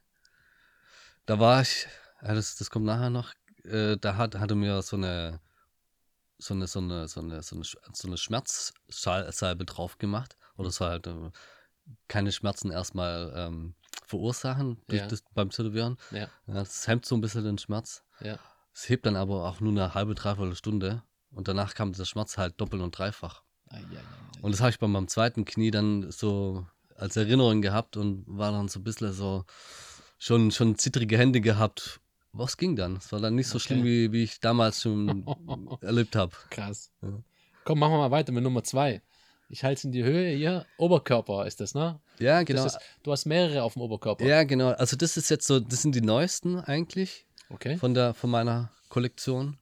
da war ich, ja, das, das kommt nachher noch, äh, da hat, hatte mir so eine so eine, so eine, so eine, so eine, so eine Schmerzsalbe drauf gemacht. Oder so halt äh, keine Schmerzen erstmal ähm, verursachen durch Ja. das, beim Tätowieren. Ja. Ja, das hemmt so ein bisschen den Schmerz. Ja. Es hebt dann aber auch nur eine halbe, dreiviertel Stunde. Und danach kam der Schmerz halt doppelt und dreifach. Ai, ai, ai, ai. Und das habe ich bei meinem zweiten Knie dann so als Erinnerung gehabt und war dann so ein bisschen so schon, schon zittrige Hände gehabt. Was ging dann? Es war dann nicht so Okay. schlimm, wie, wie ich damals schon erlebt habe. Krass. Ja. Komm, machen wir mal weiter mit Nummer zwei. Ich halte es in die Höhe hier. Oberkörper ist das, ne? Ja, genau. Das ist, du hast mehrere auf dem Oberkörper. Ja, genau. Also das ist jetzt so, das sind die neuesten eigentlich Okay. von der von meiner Kollektion.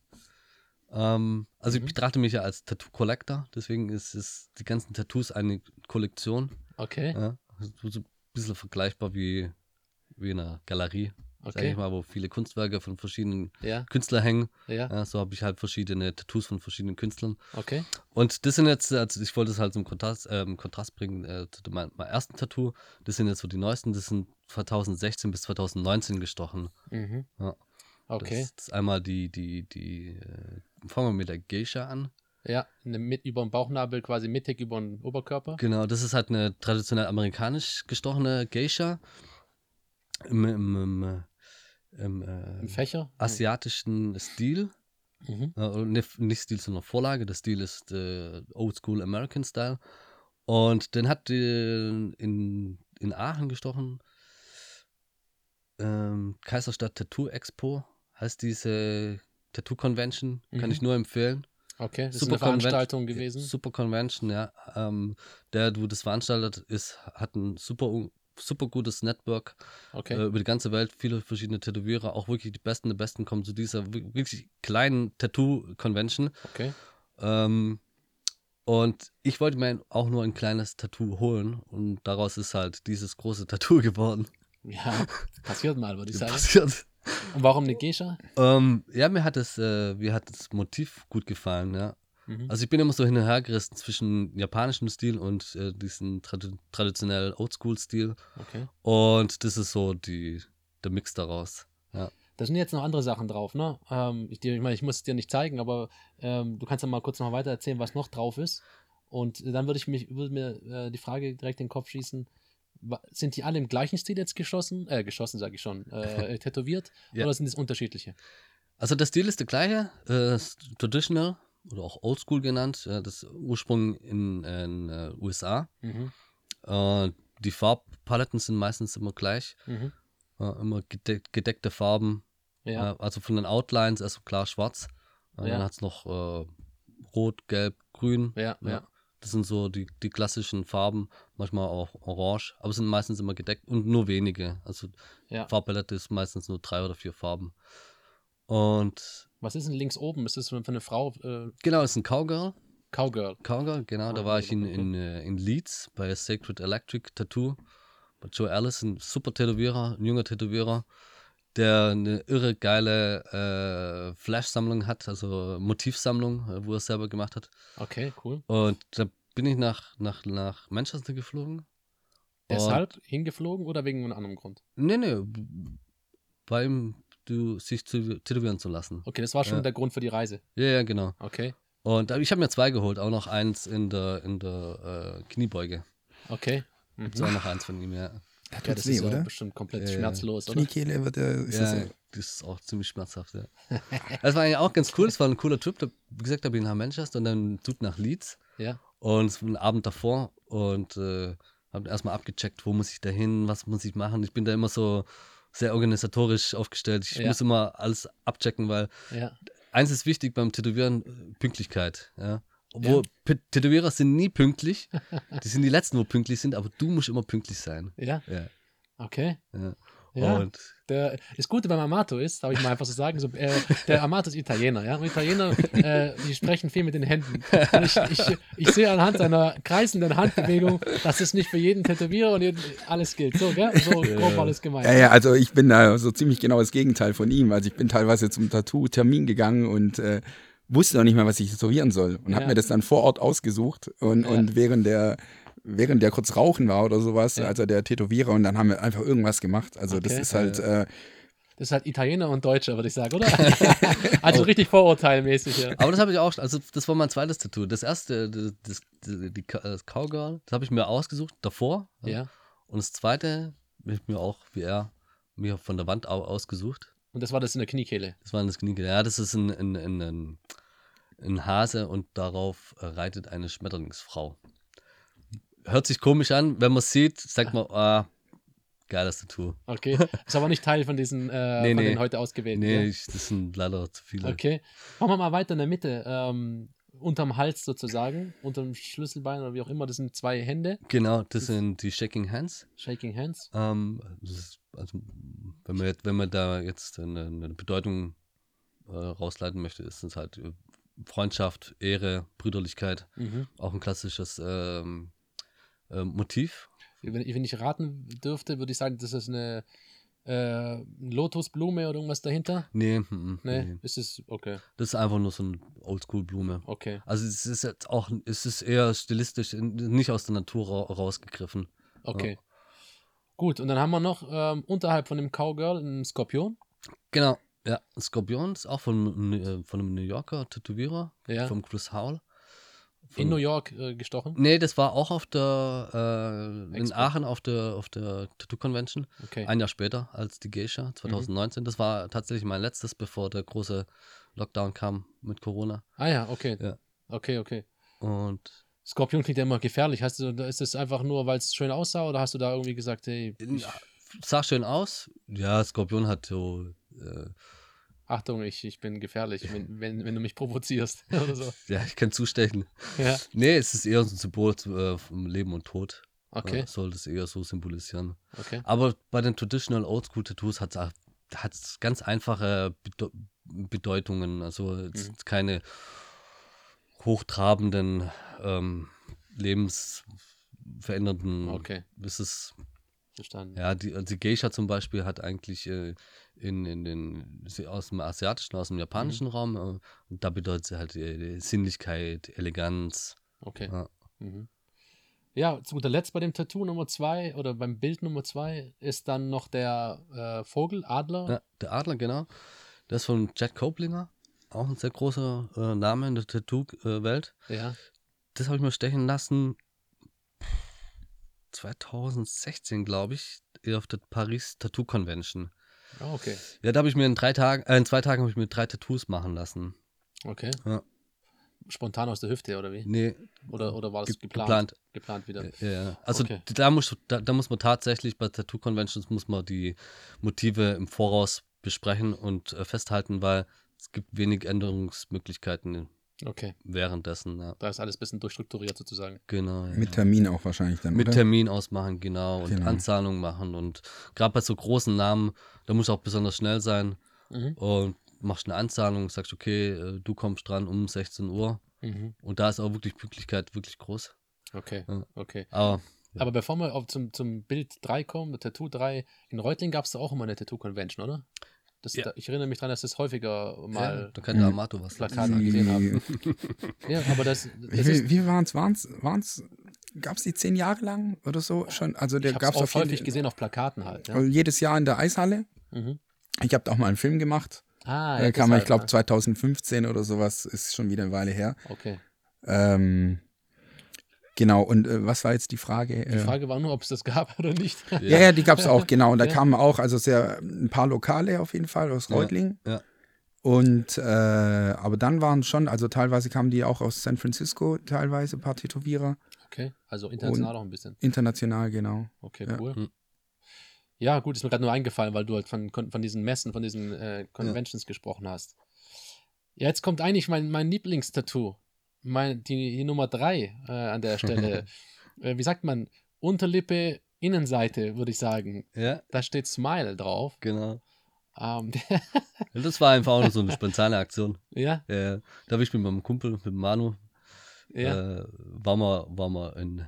Ähm, also Mhm. ich betrachte mich ja als Tattoo-Collector, deswegen ist, ist die ganzen Tattoos eine Kollektion. Okay. Ja, so so ein bisschen vergleichbar wie, wie in einer Galerie, sag Okay. ich mal, wo viele Kunstwerke von verschiedenen Ja. Künstlern hängen. Ja. Ja, so habe ich halt verschiedene Tattoos von verschiedenen Künstlern. Okay. Und das sind jetzt, also ich wollte es halt zum Kontrast, ähm, Kontrast bringen äh, zu meinem, meinem ersten Tattoo. Das sind jetzt so die neuesten, das sind zweitausendsechzehn bis zweitausendneunzehn gestochen. Mhm. Ja. Okay. Das, das ist einmal die, die, die, äh, fangen wir mit der Geisha an. Ja, eine mit über den Bauchnabel, quasi mittig über den Oberkörper. Genau, das ist halt eine traditionell amerikanisch gestochene Geisha im, im, im, äh, im äh, Im Fächer. asiatischen Stil. Mhm. Äh, oder nicht, nicht Stil, sondern Vorlage. Der Stil ist äh, Old School American Style. Und den hat äh, in, in Aachen gestochen. Ähm, Kaiserstadt Tattoo Expo heißt diese Tattoo Convention. Kann Mhm. ich nur empfehlen. Okay, das ist Super eine Veranstaltung Convention- gewesen. Super Convention, ja. Ähm, der, du das veranstaltet, ist, hat ein super, super gutes Network Okay. äh, über die ganze Welt. Viele verschiedene Tätowierer, auch wirklich die Besten der Besten kommen zu dieser wi- wirklich kleinen Tattoo-Convention. Okay. Ähm, und ich wollte mir auch nur ein kleines Tattoo holen und daraus ist halt dieses große Tattoo geworden. Ja, passiert mal, würde ich sagen. Passiert. Und warum eine Geisha? Ähm, ja, mir hat das, äh, mir hat das Motiv gut gefallen, ja. Mhm. Also ich bin immer so hin und her gerissen zwischen japanischem Stil und äh, diesem trad traditionellen Oldschool-Stil. Okay. Und das ist so die, der Mix daraus. Ja. Da sind jetzt noch andere Sachen drauf, ne? Ähm, ich, dir- ich meine, ich muss es dir nicht zeigen, aber ähm, du kannst ja mal kurz noch weiter erzählen, was noch drauf ist. Und dann würde ich mich, würde mir äh, die Frage direkt in den Kopf schießen, wa- sind die alle im gleichen Stil jetzt geschossen, äh, geschossen sage ich schon, äh, tätowiert Ja. oder sind es unterschiedliche? Also der Stil ist der gleiche, äh, ist Traditional oder auch Oldschool genannt, äh, das Ursprung in den äh, U S A. Mhm. Äh, die Farbpaletten sind meistens immer gleich, Mhm. äh, immer gedeck gedeckte Farben, Ja, äh, also von den Outlines, also klar schwarz. Äh, Ja. Dann hat es noch äh, Rot, Gelb, Grün. ja, ja. Das sind so die, die klassischen Farben, manchmal auch Orange, aber sind meistens immer gedeckt und nur wenige. Also ja. Farbpalette ist meistens nur drei oder vier Farben. Und Was ist denn links oben? Ist das für eine Frau? Äh, genau, ist ein Cowgirl. Cowgirl. Cowgirl, genau, da Ah, war ich in, okay. in, äh, in Leeds bei Sacred Electric Tattoo. Bei Joe Ellis, ein super Tätowierer, ein junger Tätowierer, der eine irre geile äh, Flash-Sammlung hat, also Motivsammlung, äh, wo er selber gemacht hat. Okay, cool. Und da bin ich nach, nach, nach Manchester geflogen. Deshalb hingeflogen oder wegen einem anderen Grund? Nee, nee, bei ihm du, sich zu, tätowieren zu lassen. Okay, das war schon Ja. der Grund für die Reise. Ja, ja, genau. Okay, Und äh, ich habe mir zwei geholt, auch noch eins in der, in der äh, Kniebeuge. okay. Mhm. Gibt's auch noch eins von ihm, ja. Da Ja, tut's das weh, ist ja oder? bestimmt komplett Ja, ja. schmerzlos, oder? Kniekehle wird der, ist Ja, das so? das ist auch ziemlich schmerzhaft, ja. Das war eigentlich auch ganz cool, es war ein cooler Trip. Da, wie gesagt, da bin ich nach Manchester und dann Zug nach Leeds. Ja, Und es war ein Abend davor und äh, habe erstmal abgecheckt, wo muss ich da hin, was muss ich machen. Ich bin da immer so sehr organisatorisch aufgestellt. Ich Ja. muss immer alles abchecken, weil ja, eins ist wichtig beim Tätowieren, äh, Pünktlichkeit. Ja. Obwohl Ja. P- Tätowierer sind nie pünktlich. Die sind die Letzten, wo pünktlich sind, aber du musst immer pünktlich sein. ja, Ja. okay. Ja. Ja. Und Der, das Gute beim Amato ist, darf ich mal einfach so sagen, so, äh, der Amato ist Italiener, ja. Und Italiener, äh, die sprechen viel mit den Händen. Und ich, ich, ich sehe anhand seiner kreisenden Handbewegung, dass es nicht für jeden Tätowierer und jeden, alles gilt. So, gell? So grob alles gemeint. Ja, ja, also ich bin da so ziemlich genau das Gegenteil von ihm. Also ich bin teilweise zum Tattoo-Termin gegangen und äh, wusste noch nicht mal, was ich tätowieren soll. Und Ja. habe mir das dann vor Ort ausgesucht. Und, Ja. und während der während der kurz rauchen war oder sowas, Ja. also der Tätowierer, und dann haben wir einfach irgendwas gemacht. Also das Okay. ist halt, äh, Das ist halt Italiener und Deutscher, würde ich sagen, oder? Also richtig vorurteilmäßig, ja. Aber das habe ich auch, also das war mein zweites Tattoo. Das erste, das, das, die, die das Cowgirl, das habe ich mir ausgesucht davor. Ja. Und das zweite habe ich mir auch, wie er, mir von der Wand au- ausgesucht. Und das war das in der Kniekehle. Das war das Knie. Ja, das ist ein, ein, ein, ein, ein Hase und darauf äh, reitet eine Schmetterlingsfrau. Hört sich komisch an, wenn man es sieht, sagt man, ah, geiles Tattoo. Okay. Ist aber nicht Teil von diesen, äh, Nee, von nee. den heute ausgewählten. Nee, gell? ich, das sind leider zu viele. Okay. Machen wir mal weiter in der Mitte. Ähm, unterm Hals sozusagen, unterm Schlüsselbein oder wie auch immer. Das sind zwei Hände. Genau, das sind die Shaking Hands. Shaking Hands. Ähm, das ist, also, wenn man, jetzt, wenn man da jetzt eine, eine Bedeutung äh, rausleiten möchte, ist es halt äh, Freundschaft, Ehre, Brüderlichkeit. Mhm. Auch ein klassisches ähm, äh, Motiv. Wenn, ich- wenn ich raten dürfte, würde ich sagen, das ist eine äh, Lotusblume oder irgendwas dahinter. Nee, mm, Nee, nee. ist es, okay, Das ist einfach nur so eine Oldschool-Blume. okay. Also es ist jetzt auch, es ist eher stilistisch, nicht aus der Natur ra rausgegriffen. Okay. Gut, und dann haben wir noch ähm, unterhalb von dem Cowgirl einen Skorpion. Genau, ja. Skorpion ist auch von, äh, von einem New Yorker Tätowierer, Ja. vom Chris Howell. In New York äh, gestochen. Nee, das war auch auf der, äh, in Expo. Aachen auf der, auf der Tattoo Convention. Okay. Ein Jahr später als die Geisha, zwanzig neunzehn. Das war tatsächlich mein letztes, bevor der große Lockdown kam mit Corona. Ah ja, okay. Ja. Okay, okay. Und Skorpion klingt ja immer gefährlich. Hast du, ist das einfach nur, weil es schön aussah oder hast du da irgendwie gesagt, hey, ich, ja, sah schön aus. Ja, Skorpion hat so, äh, Achtung, ich, ich bin gefährlich, wenn, wenn, wenn du mich provozierst oder so. ja, ich kann zustechen. Ja, Nee, es ist eher so ein Symbol äh, vom Leben und Tod. okay, Ja, soll das eher so symbolisieren. okay. Aber bei den Traditional Oldschool Tattoos hat es ganz einfache Bede Bedeutungen. Also jetzt Mhm. keine hochtrabenden, ähm, lebensverändernden. Okay. Es ist, Verstanden. ja, die, also die Geisha zum Beispiel hat eigentlich äh, in, in den, sie aus dem asiatischen, aus dem japanischen Raum, äh, und da bedeutet sie halt äh, Sinnlichkeit, Eleganz. Okay. Ja. Mhm. Ja, zu guter Letzt bei dem Tattoo Nummer zwei oder beim Bild Nummer zwei ist dann noch der äh, Vogel, Adler. Ja, der Adler, genau. Das ist von Chad Coplinger, auch ein sehr großer äh, Name in der Tattoo-Welt. Ja. das habe ich mir stechen lassen zwanzig sechzehn, glaube ich, auf der Paris Tattoo Convention. Oh, okay. Ja, da habe ich mir in drei Tagen, äh, in zwei Tagen habe ich mir drei Tattoos machen lassen. Okay. Ja. Spontan aus der Hüfte, oder wie? Nee, Oder, oder war das ge- geplant? geplant. Geplant wieder. Ja, also Okay. da, muss, da, da muss man tatsächlich bei Tattoo Conventions muss man die Motive im Voraus besprechen und äh, festhalten, weil es gibt wenig Änderungsmöglichkeiten Okay. währenddessen. Ja. Da ist alles ein bisschen durchstrukturiert sozusagen. Genau. Ja. Mit Termin auch wahrscheinlich dann, Mit oder? Termin ausmachen, genau, und Genau. Anzahlung machen. Und gerade bei so großen Namen, da muss auch besonders schnell sein. Mhm. Und machst eine Anzahlung, sagst, okay, äh, du kommst dran um sechzehn Uhr. Mhm. Und da ist auch wirklich Pünktlichkeit wirklich groß. Okay. Ja. Okay. Aber Ja. Aber bevor wir auf zum, zum Bild drei kommen, Tattoo drei, in Reutlingen gab es da auch immer eine Tattoo-Convention, oder? Das, Ja. da, ich erinnere mich daran, dass das häufiger ja, mal da kann der Mhm. Amato was Plakate sagen. gesehen haben. Ja, aber das, Wie, das ist, viel- wie waren es? Waren's, waren's, Gab es die zehn Jahre lang oder so schon? Also der ich habe gab es es auch auf jeden häufig gesehen auf Plakaten halt. Ja? Also jedes Jahr in der Eishalle. Mhm. Ich habe da auch mal einen Film gemacht. Ah, Äh, ja, kam, ich deshalb, glaube, zwanzig fünfzehn oder sowas, ist schon wieder eine Weile her. ja. Okay. Ähm, genau, und äh, was war jetzt die Frage? Die Frage war nur, ob es das gab oder nicht. Ja, ja, die gab es auch, genau. Und da Ja. kamen auch, also sehr ein paar Lokale auf jeden Fall aus Ja, Reutlingen. ja. Und, äh, aber dann waren schon, also teilweise kamen die auch aus San Francisco, teilweise ein paar Tätowierer. Okay, also international auch ein bisschen. International, genau. Okay, Ja. cool. Hm. Ja, gut, ist mir gerade nur eingefallen, weil du halt von, von diesen Messen, von diesen äh, Conventions gesprochen hast. Ja, jetzt kommt eigentlich mein, mein Lieblingstattoo. Mein, die, die Nummer drei äh, an der Stelle. äh, wie sagt man? Unterlippe, Innenseite, würde ich sagen. Ja, Da steht Smile drauf. genau. Ähm, Ja, das war einfach auch nur so eine spontane Aktion. ja, Ja, da habe ich mit meinem Kumpel, mit dem Manu, ja. äh, waren wir, waren wir in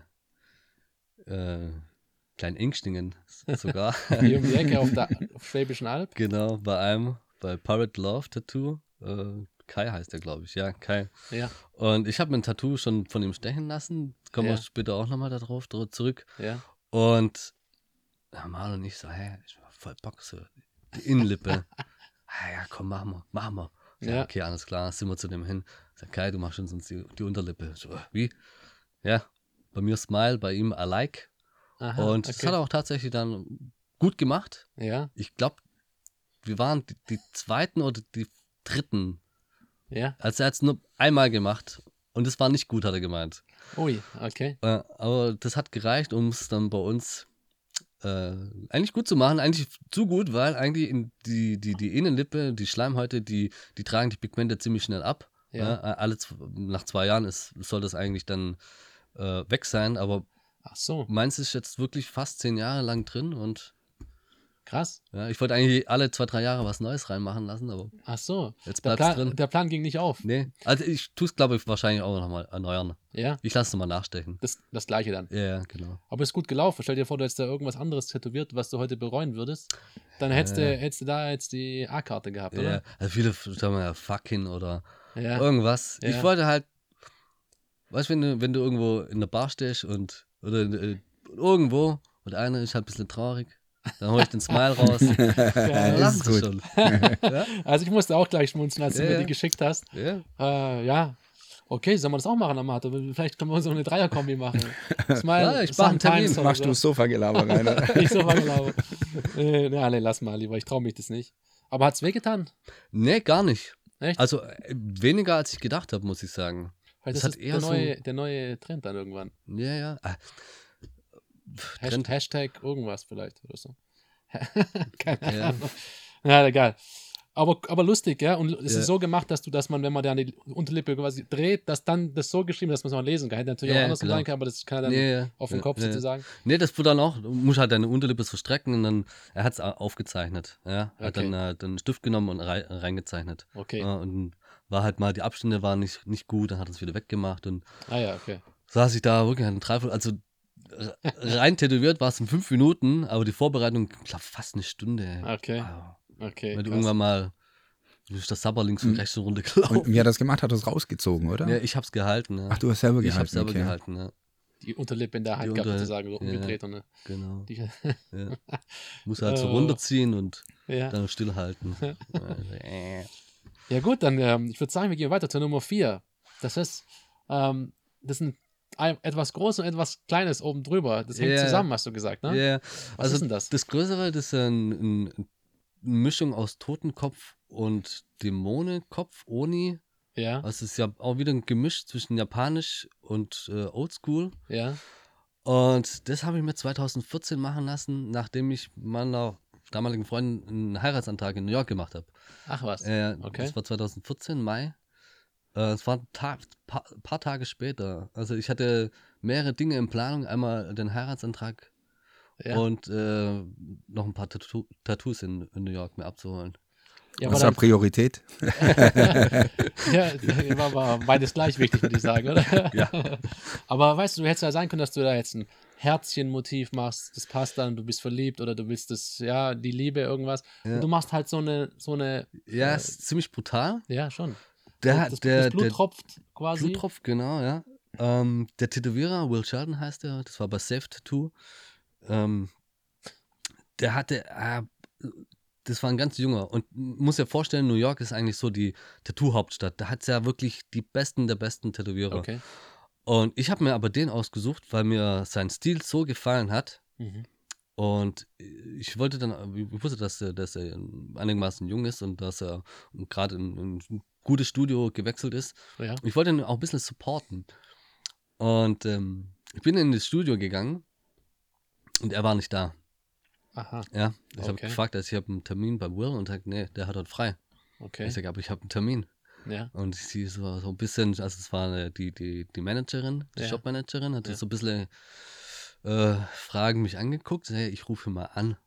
äh, Klein-Engstingen sogar. Hier um die Ecke auf der auf Schwäbischen Alb. Genau, bei einem, bei Pirate Love Tattoo. Äh, Kai heißt der, glaube ich. Ja, Kai. Ja, Und ich habe mir ein Tattoo schon von ihm stechen lassen. Kommen Ja. wir später auch nochmal darauf dr- zurück. ja. Und ja, Marlon und ich so, hä, ich war voll Bock, so die Innenlippe. ah, ja, komm, machen wir, machen wir. Ich sag, Ja. Okay, alles klar, sind wir zu dem hin. Ich sag, Kai, du machst uns die, die Unterlippe. So, wie? Ja, bei mir Smile, bei ihm I like. Aha, Und das okay. hat er auch tatsächlich dann gut gemacht. Ja, Ich glaube, wir waren die, die zweiten oder die dritten. ja. Also er hat es nur einmal gemacht. Und es war nicht gut, hat er gemeint. Ui, okay. Äh, aber das hat gereicht, um es dann bei uns äh, eigentlich gut zu machen. Eigentlich zu gut, weil eigentlich in die, die, die Innenlippe, die Schleimhäute, die, die tragen die Pigmente ziemlich schnell ab. Ja. Ja, alle zw- nach zwei Jahren ist, soll das eigentlich dann äh, weg sein. Aber Ach so, meins ist jetzt wirklich fast zehn Jahre lang drin. Und krass. ja, ich wollte eigentlich alle zwei, drei Jahre was Neues reinmachen lassen, aber Ach so. jetzt Der bleibt's Plan, drin. der Plan ging nicht auf. Nee, also ich tue es, glaube ich, wahrscheinlich auch nochmal erneuern. Ja, Ich lasse es nochmal nachstechen. das, das gleiche dann. Ja, ja, genau. Aber ist gut gelaufen. Stell dir vor, du hättest da irgendwas anderes tätowiert, was du heute bereuen würdest. Dann hättest, Ja. du, hättest du da jetzt die A-Karte gehabt, Ja, oder? also viele sagen ja fucking oder Ja. irgendwas. Ja. Ich wollte halt, weißt du, wenn du, wenn du irgendwo in der Bar stehst und oder äh, irgendwo und einer ist halt ein bisschen traurig, dann hole ich den Smile raus. Dann lass ist es gut. schon. Also ich musste auch gleich schmunzeln, als du Ja, mir ja. die geschickt hast. Ja. Äh, ja. Okay, sollen wir das auch machen, Amato? Vielleicht können wir uns so eine Dreier-Kombi machen. Smile, Ja, ich mach einen Termin. Sometimes oder Machst du so. Sofa-Gelaber rein? oder? Ich so mal glaube. äh, ja, nee, lass mal lieber. Ich traue mich das nicht. Aber hat's wehgetan? Nee, gar nicht. Echt? Also äh, weniger als ich gedacht habe, muss ich sagen. Vielleicht das ist hat das eher der so- neue, der neue Trend dann irgendwann. Ja, ja. Ah, Hasht- Trend. Hashtag irgendwas vielleicht oder so. Keine Ja. Ahnung. Ja, egal. Aber, aber lustig, ja. Und es Ja. ist so gemacht, dass du, dass man, wenn man dann die Unterlippe quasi dreht, dass dann das so geschrieben ist, dass man es mal lesen kann. Hätte natürlich Ja, auch andersrum klar. sein können, aber das kann er dann Nee, ja. auf den Ja, Kopf ja. sozusagen. Nee, das wurde dann auch, du musst halt deine Unterlippe so strecken und dann, er hat es aufgezeichnet. Ja, hat Okay. dann äh, den Stift genommen und rei reingezeichnet. Okay. Ja, und war halt mal, die Abstände waren nicht, nicht gut, dann hat er es wieder weggemacht und Ah ja, okay. saß ich da wirklich an Dreiviertel, also r- rein tätowiert war es in fünf Minuten, aber die Vorbereitung, ich glaube, fast eine Stunde. Okay. Also, Okay. wenn du krass. irgendwann mal, du bist das Sabber links und rechts eine Runde gelaufen. Und wie er das gemacht hat, es rausgezogen, oder? Ja, ich hab's gehalten. Ja. Ach, du hast selber ich gehalten. hab's selber okay. gehalten, ja. Die Unterlippe in der Hand Die gehabt Unter- sozusagen, so ja. umgedreht. Und, eine- Genau. die, Ja. Muss halt so Oh. runterziehen und ja. dann stillhalten. Äh. Ja gut, dann, ähm, ich würde sagen, wir gehen weiter zur Nummer vier. Das ist, ähm, das sind ein, etwas Großes und etwas Kleines oben drüber. Das hängt Ja. zusammen, hast du gesagt, ne? Ja, Was also ist denn das? das Größere, das ist ein, ein, eine Mischung aus Totenkopf und Dämonenkopf, Oni. Ja, Also es ist ja auch wieder ein Gemisch zwischen Japanisch und äh, Oldschool. ja. Und das habe ich mir zwanzig vierzehn machen lassen, nachdem ich meiner damaligen Freundin einen Heiratsantrag in New York gemacht habe. Ach was. Äh, Okay. Das war zwanzig vierzehn, Mai. Äh, es war ein Tag, paar, paar Tage später. Also ich hatte mehrere Dinge in Planung. Einmal den Heiratsantrag Ja. und äh, noch ein paar Tattoo Tattoos in, in New York mir abzuholen. Ja, Was aber war Priorität? dann, ja, war, war beides gleich wichtig, würde ich sagen, oder? Ja. Aber weißt du, du hättest ja sein können, dass du da jetzt ein Herzchenmotiv machst, das passt dann, du bist verliebt oder du willst das, ja, die Liebe, irgendwas. Ja. Und du machst halt so eine, so eine, Ja, äh, es ist ziemlich brutal. ja, schon. Der, So, hat- das, der, das Blut der tropft quasi. Bluttropf, genau, ja. Ähm, der Tätowierer, Will Sheldon heißt er, das war bei Safe Tattoo. Ähm, der hatte, äh, das war ein ganz junger und muss ja vorstellen, New York ist eigentlich so die Tattoo-Hauptstadt. Da hat es ja wirklich die besten der besten Tätowierer. Okay. Und ich habe mir aber den ausgesucht, weil mir sein Stil so gefallen hat. Mhm. Und ich wollte dann, ich wusste, dass er, dass er einigermaßen jung ist und dass er gerade in, in ein gutes Studio gewechselt ist. Ja. Ich wollte ihn auch ein bisschen supporten. Und ähm, ich bin in das Studio gegangen und er war nicht da. Aha. Ja, ich habe Okay. gefragt, also ich habe einen Termin bei Will und sagt, nee, der hat heute frei. Okay. Ich sage, aber ich habe einen Termin. Ja. Und sie so, so ein bisschen, also es war eine, die, die, die Managerin, die Ja. Shopmanagerin, hat Ja. so ein bisschen äh, Fragen mich angeguckt. Hey, ich rufe mal an.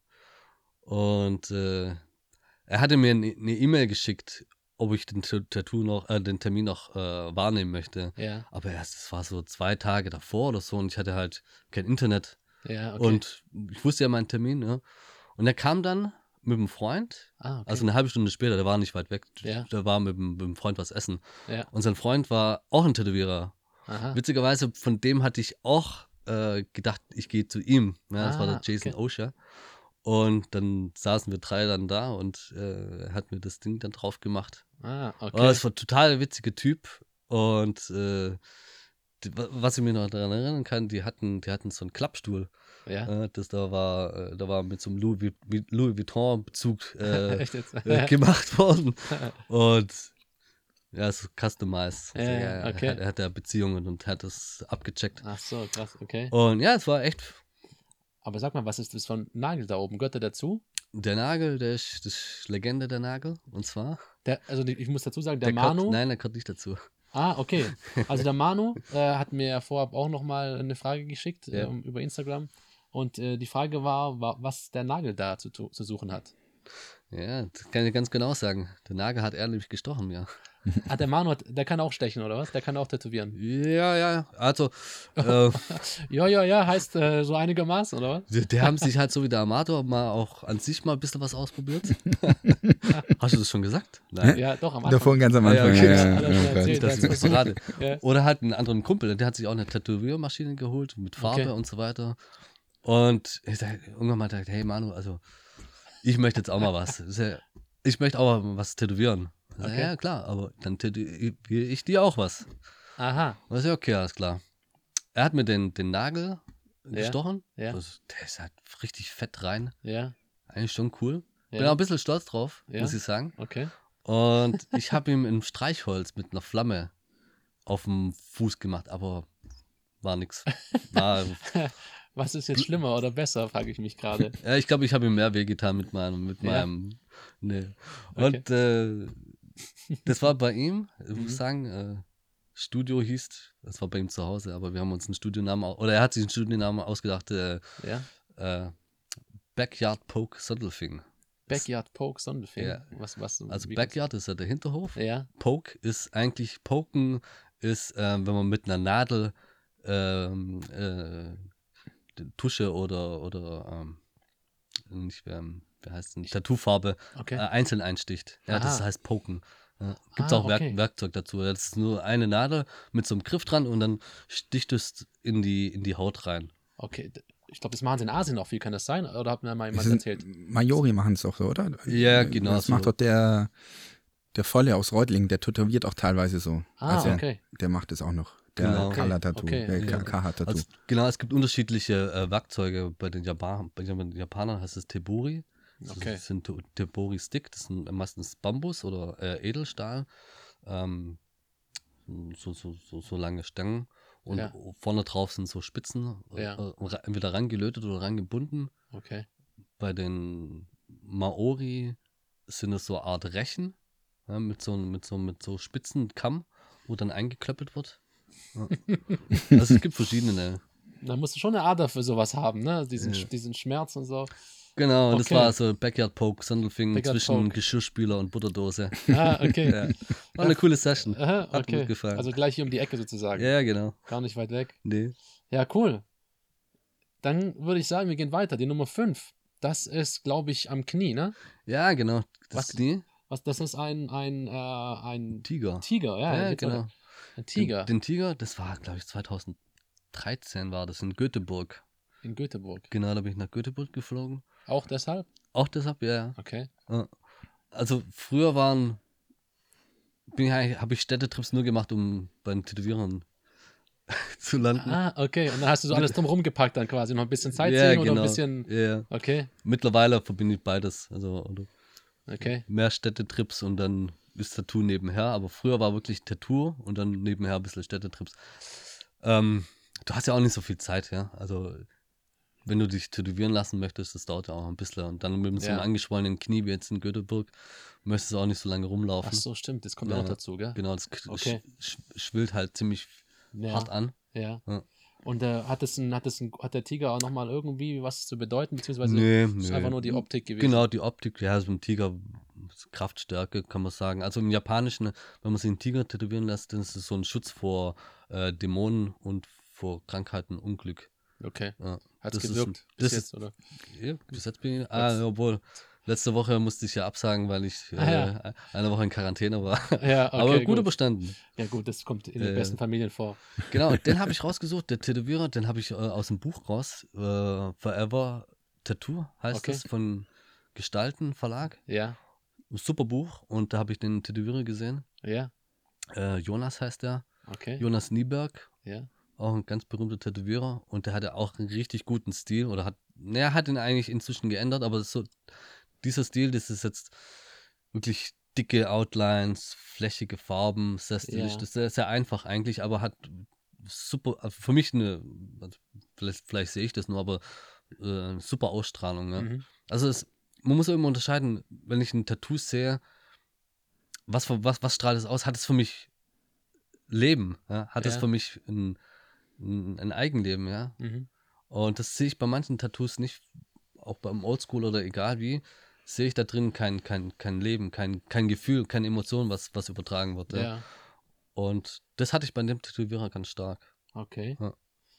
Und äh, er hatte mir eine eine E-Mail geschickt, ob ich den T- Tattoo noch, äh, den Termin noch äh, wahrnehmen möchte. Ja. Aber erst, es war so zwei Tage davor oder so und ich hatte halt kein Internet. Ja. Okay. Und ich wusste ja meinen Termin, ja. Und er kam dann mit einem Freund, ah, okay. also eine halbe Stunde später, der war nicht weit weg, Ja. der war mit dem, mit dem Freund was essen. ja. Und sein Freund war auch ein Tätowierer. Aha. Witzigerweise, von dem hatte ich auch äh, gedacht, ich gehe zu ihm. Ja, das war Ah, der Jason okay. Osher. Und dann saßen wir drei dann da und äh, er hat mir das Ding dann drauf gemacht. Ah, Oh, okay. das war ein total witziger Typ. Und äh, die, wa- was ich mir noch daran erinnern kann, die hatten, die hatten so einen Klappstuhl. ja. Äh, das da war, äh, da war mit so einem Louis, Vi- Louis Vuitton-Bezug äh, Echt jetzt? äh, gemacht worden. Und ja, so customized. Also, Ja, ja, okay. er, hat, er hat ja Beziehungen und hat das abgecheckt. Ach so, krass, okay. Und ja, es war echt, Aber sag mal, was ist das für ein Nagel da oben? Gehört der dazu? der Nagel, der ist, das ist Legende der Nagel. Und zwar, Der, also die- ich muss dazu sagen, der, der Manu. Kommt, nein, der kommt nicht dazu. Ah, okay. Also der Manu äh, hat mir ja vorab auch nochmal eine Frage geschickt Ja. ähm, über Instagram. Und äh, die Frage war, wa- was der Nagel da zu, tu- zu suchen hat. Ja, das kann ich ganz genau sagen. Der Nagel hat er nämlich gestochen, ja. Ah, der Manu, hat, der kann auch stechen, oder was? Der kann auch tätowieren. Ja, ja, also, äh, Ja, ja, ja, heißt äh, so einigermaßen, oder was? die, die haben sich halt so wie der Amator mal auch an sich mal ein bisschen was ausprobiert. Hast du das schon gesagt? Nein. Ja, doch, am Anfang. Davor ganz am Ah, ja, Anfang. okay. ja, Das ja, hat er ja, schon oh Gott. erzählt. Dass ich das verrate. Ja. Oder halt einen anderen Kumpel, der hat sich auch eine Tätowiermaschine geholt mit Farbe Okay. und so weiter. Und ich sag, irgendwann mal gesagt, hey Manu, also ich möchte jetzt auch mal was. Ich sag, Ich möchte auch mal was tätowieren. Ich sag, Okay. Ja, klar, aber dann tätowiere ich dir auch was. Aha, Und ich sag, okay, alles klar. Er hat mir den, den Nagel Ja, gestochen. ja. Also, der ist halt richtig fett rein. ja, Eigentlich schon cool. Bin Ja. auch ein bisschen stolz drauf, Ja. muss ich sagen. okay. Und ich habe ihm ein Streichholz mit einer Flamme auf dem Fuß gemacht, aber war nix. War, Was ist jetzt schlimmer oder besser, frage ich mich gerade. ja, ich glaube, ich habe ihm mehr wehgetan mit meinem, mit Ja. meinem. Nee. Und äh, das war bei ihm, ich Mhm. muss sagen, äh, Studio hieß, das war bei ihm zu Hause, aber wir haben uns einen Studionamen, au- oder er hat sich einen Studionamen ausgedacht, äh, Ja. äh, Backyard Poke Sondelfing. Backyard Poke Sondelfing. Ja. Was, was, Also wie- Backyard ist ja der Hinterhof. Ja, Poke ist eigentlich, Poken ist, ähm, wenn man mit einer Nadel ähm, äh, die Tusche oder, oder ähm, nicht, ähm, wie heißt denn, Tattoofarbe okay. äh, einzeln einsticht. Ja, das Aha. heißt Poken. Ja, Gibt es Ah, auch Werk okay. Werkzeug dazu. Das ist nur eine Nadel mit so einem Griff dran und dann sticht es in die, in die Haut rein. Okay, d- ich glaube, das machen sie in Asien auch viel, kann das sein? Oder hat mir mal Das jemand sind, erzählt? Majori machen es doch so, oder? Ja, genau Das so. macht doch der, Der Volle aus Reutlingen, der tätowiert auch teilweise so. Ah, also, okay. Der macht es auch noch. Der Genau. Color-Tattoo, Okay, der okay. Kaha-Tattoo. Also, genau, es gibt unterschiedliche äh, Werkzeuge. Bei den, Japan, bei den Japanern heißt es Teburi. Das Okay. ist- sind Te- Teburi-Stick, das sind meistens Bambus oder äh, Edelstahl. Ähm, so, so, so, so lange Stangen. Und Ja. vorne drauf sind so Spitzen, Ja. äh, ra- entweder rangelötet oder rangebunden. Okay. Bei den Maori sind es so eine Art Rechen, ja, mit, so, mit, so, mit so spitzen Kamm, wo dann eingeklöppelt wird. Ja. Also es gibt verschiedene. Da musst du schon eine Ader für sowas haben, ne? Diesen, Ja. diesen Schmerz und so. Genau, das Okay. war so Backyard Poke, Sandelfingen Backyard zwischen Poke. Geschirrspüler und Butterdose. Ah, okay. Ja. War eine coole Session. Aha, Hat mir okay. gut gefallen. Also gleich hier um die Ecke sozusagen. Ja, genau. Gar nicht weit weg. Nee. Ja, cool. Dann würde ich sagen, wir gehen weiter. Die Nummer fünf. Das ist, glaube ich, am Knie, ne? Ja, genau. Das Was? Knie. Was, das ist ein, ein, äh, ein Tiger. Tiger, ja. Ja, jetzt genau. mal- Ein Tiger Den, den Tiger, das war, glaube ich, zweitausenddreizehn war das in Göteborg. in Göteborg. Genau, da bin ich nach Göteborg geflogen. Auch deshalb? Auch deshalb, ja, ja. Okay. Ja. Also früher waren, bin ich eigentlich- habe ich Städtetrips nur gemacht, um beim Tätowierern zu landen. Ah, okay. Und dann hast du so alles drumherum gepackt dann quasi. Noch ein bisschen Sightseeing ja, oder genau. ein bisschen. Ja, ja. Okay, Mittlerweile verbinde ich beides. Also oder okay. mehr Städtetrips und dann ist Tattoo nebenher. Aber früher war wirklich Tattoo und dann nebenher ein bisschen Städtetrips. Ähm, du hast ja auch nicht so viel Zeit, ja. Also wenn du dich tätowieren lassen möchtest, das dauert ja auch ein bisschen. Und dann mit so einem Ja. angeschwollenen Knie wie jetzt in Göteborg, möchtest du auch nicht so lange rumlaufen. Ach so, stimmt. Das kommt ja Ja. auch dazu, gell? Genau, das k- Okay. sch schwillt halt ziemlich Ja. hart an. Ja. Ja. Und äh, hat, es ein, hat, es ein, hat der Tiger auch nochmal irgendwie was zu bedeuten, beziehungsweise Nee, ist nee. einfach nur die Optik gewesen? Genau, die Optik, ja, so ein Tiger, Kraftstärke, kann man sagen. Also im Japanischen, wenn man sich einen Tiger tätowieren lässt, dann ist es so ein Schutz vor äh, Dämonen und vor Krankheiten, Unglück. Okay. Ja. Hat es Das ist gewirkt ein- bis das jetzt, oder? Ja, bis jetzt bin ich, ah, obwohl, letzte Woche musste ich ja absagen, weil ich äh, Ah, ja. eine Woche in Quarantäne war. Ja, okay, Aber gut, gut. überstanden. Ja gut, das kommt in den Äh, besten Familien vor. Genau, den habe ich rausgesucht, der Tätowierer, den habe ich äh, aus dem Buch raus. Äh, Forever Tattoo heißt Okay. es, von Gestalten Verlag. Ja, Super Buch. Und da habe ich den Tätowierer gesehen. ja, Äh, Jonas heißt der. okay. Jonas Nieberg, Ja, auch ein ganz berühmter Tätowierer. Und der hatte auch einen richtig guten Stil. Oder hat, naja, hat ihn eigentlich inzwischen geändert, aber so, dieser Stil, das ist jetzt wirklich dicke Outlines, flächige Farben, sehr stilistisch, Ja. das ist sehr, sehr einfach eigentlich, aber hat super, also für mich eine, also vielleicht, vielleicht sehe ich das nur, aber äh, super Ausstrahlung. Ja. mhm. Also es, man muss immer unterscheiden, wenn ich ein Tattoo sehe, was, für- was, was strahlt es aus? Hat es für mich Leben? Ja? Hat es Ja. für mich ein, ein, ein Eigenleben? Ja? Mhm. Und das sehe ich bei manchen Tattoos nicht, auch beim Oldschool oder egal wie, sehe ich da drin kein, kein, kein Leben, kein, kein Gefühl, keine Emotion, was, was übertragen wird. Ja. Ja, Und das hatte ich bei dem Tätowierer ganz stark. okay. Ja.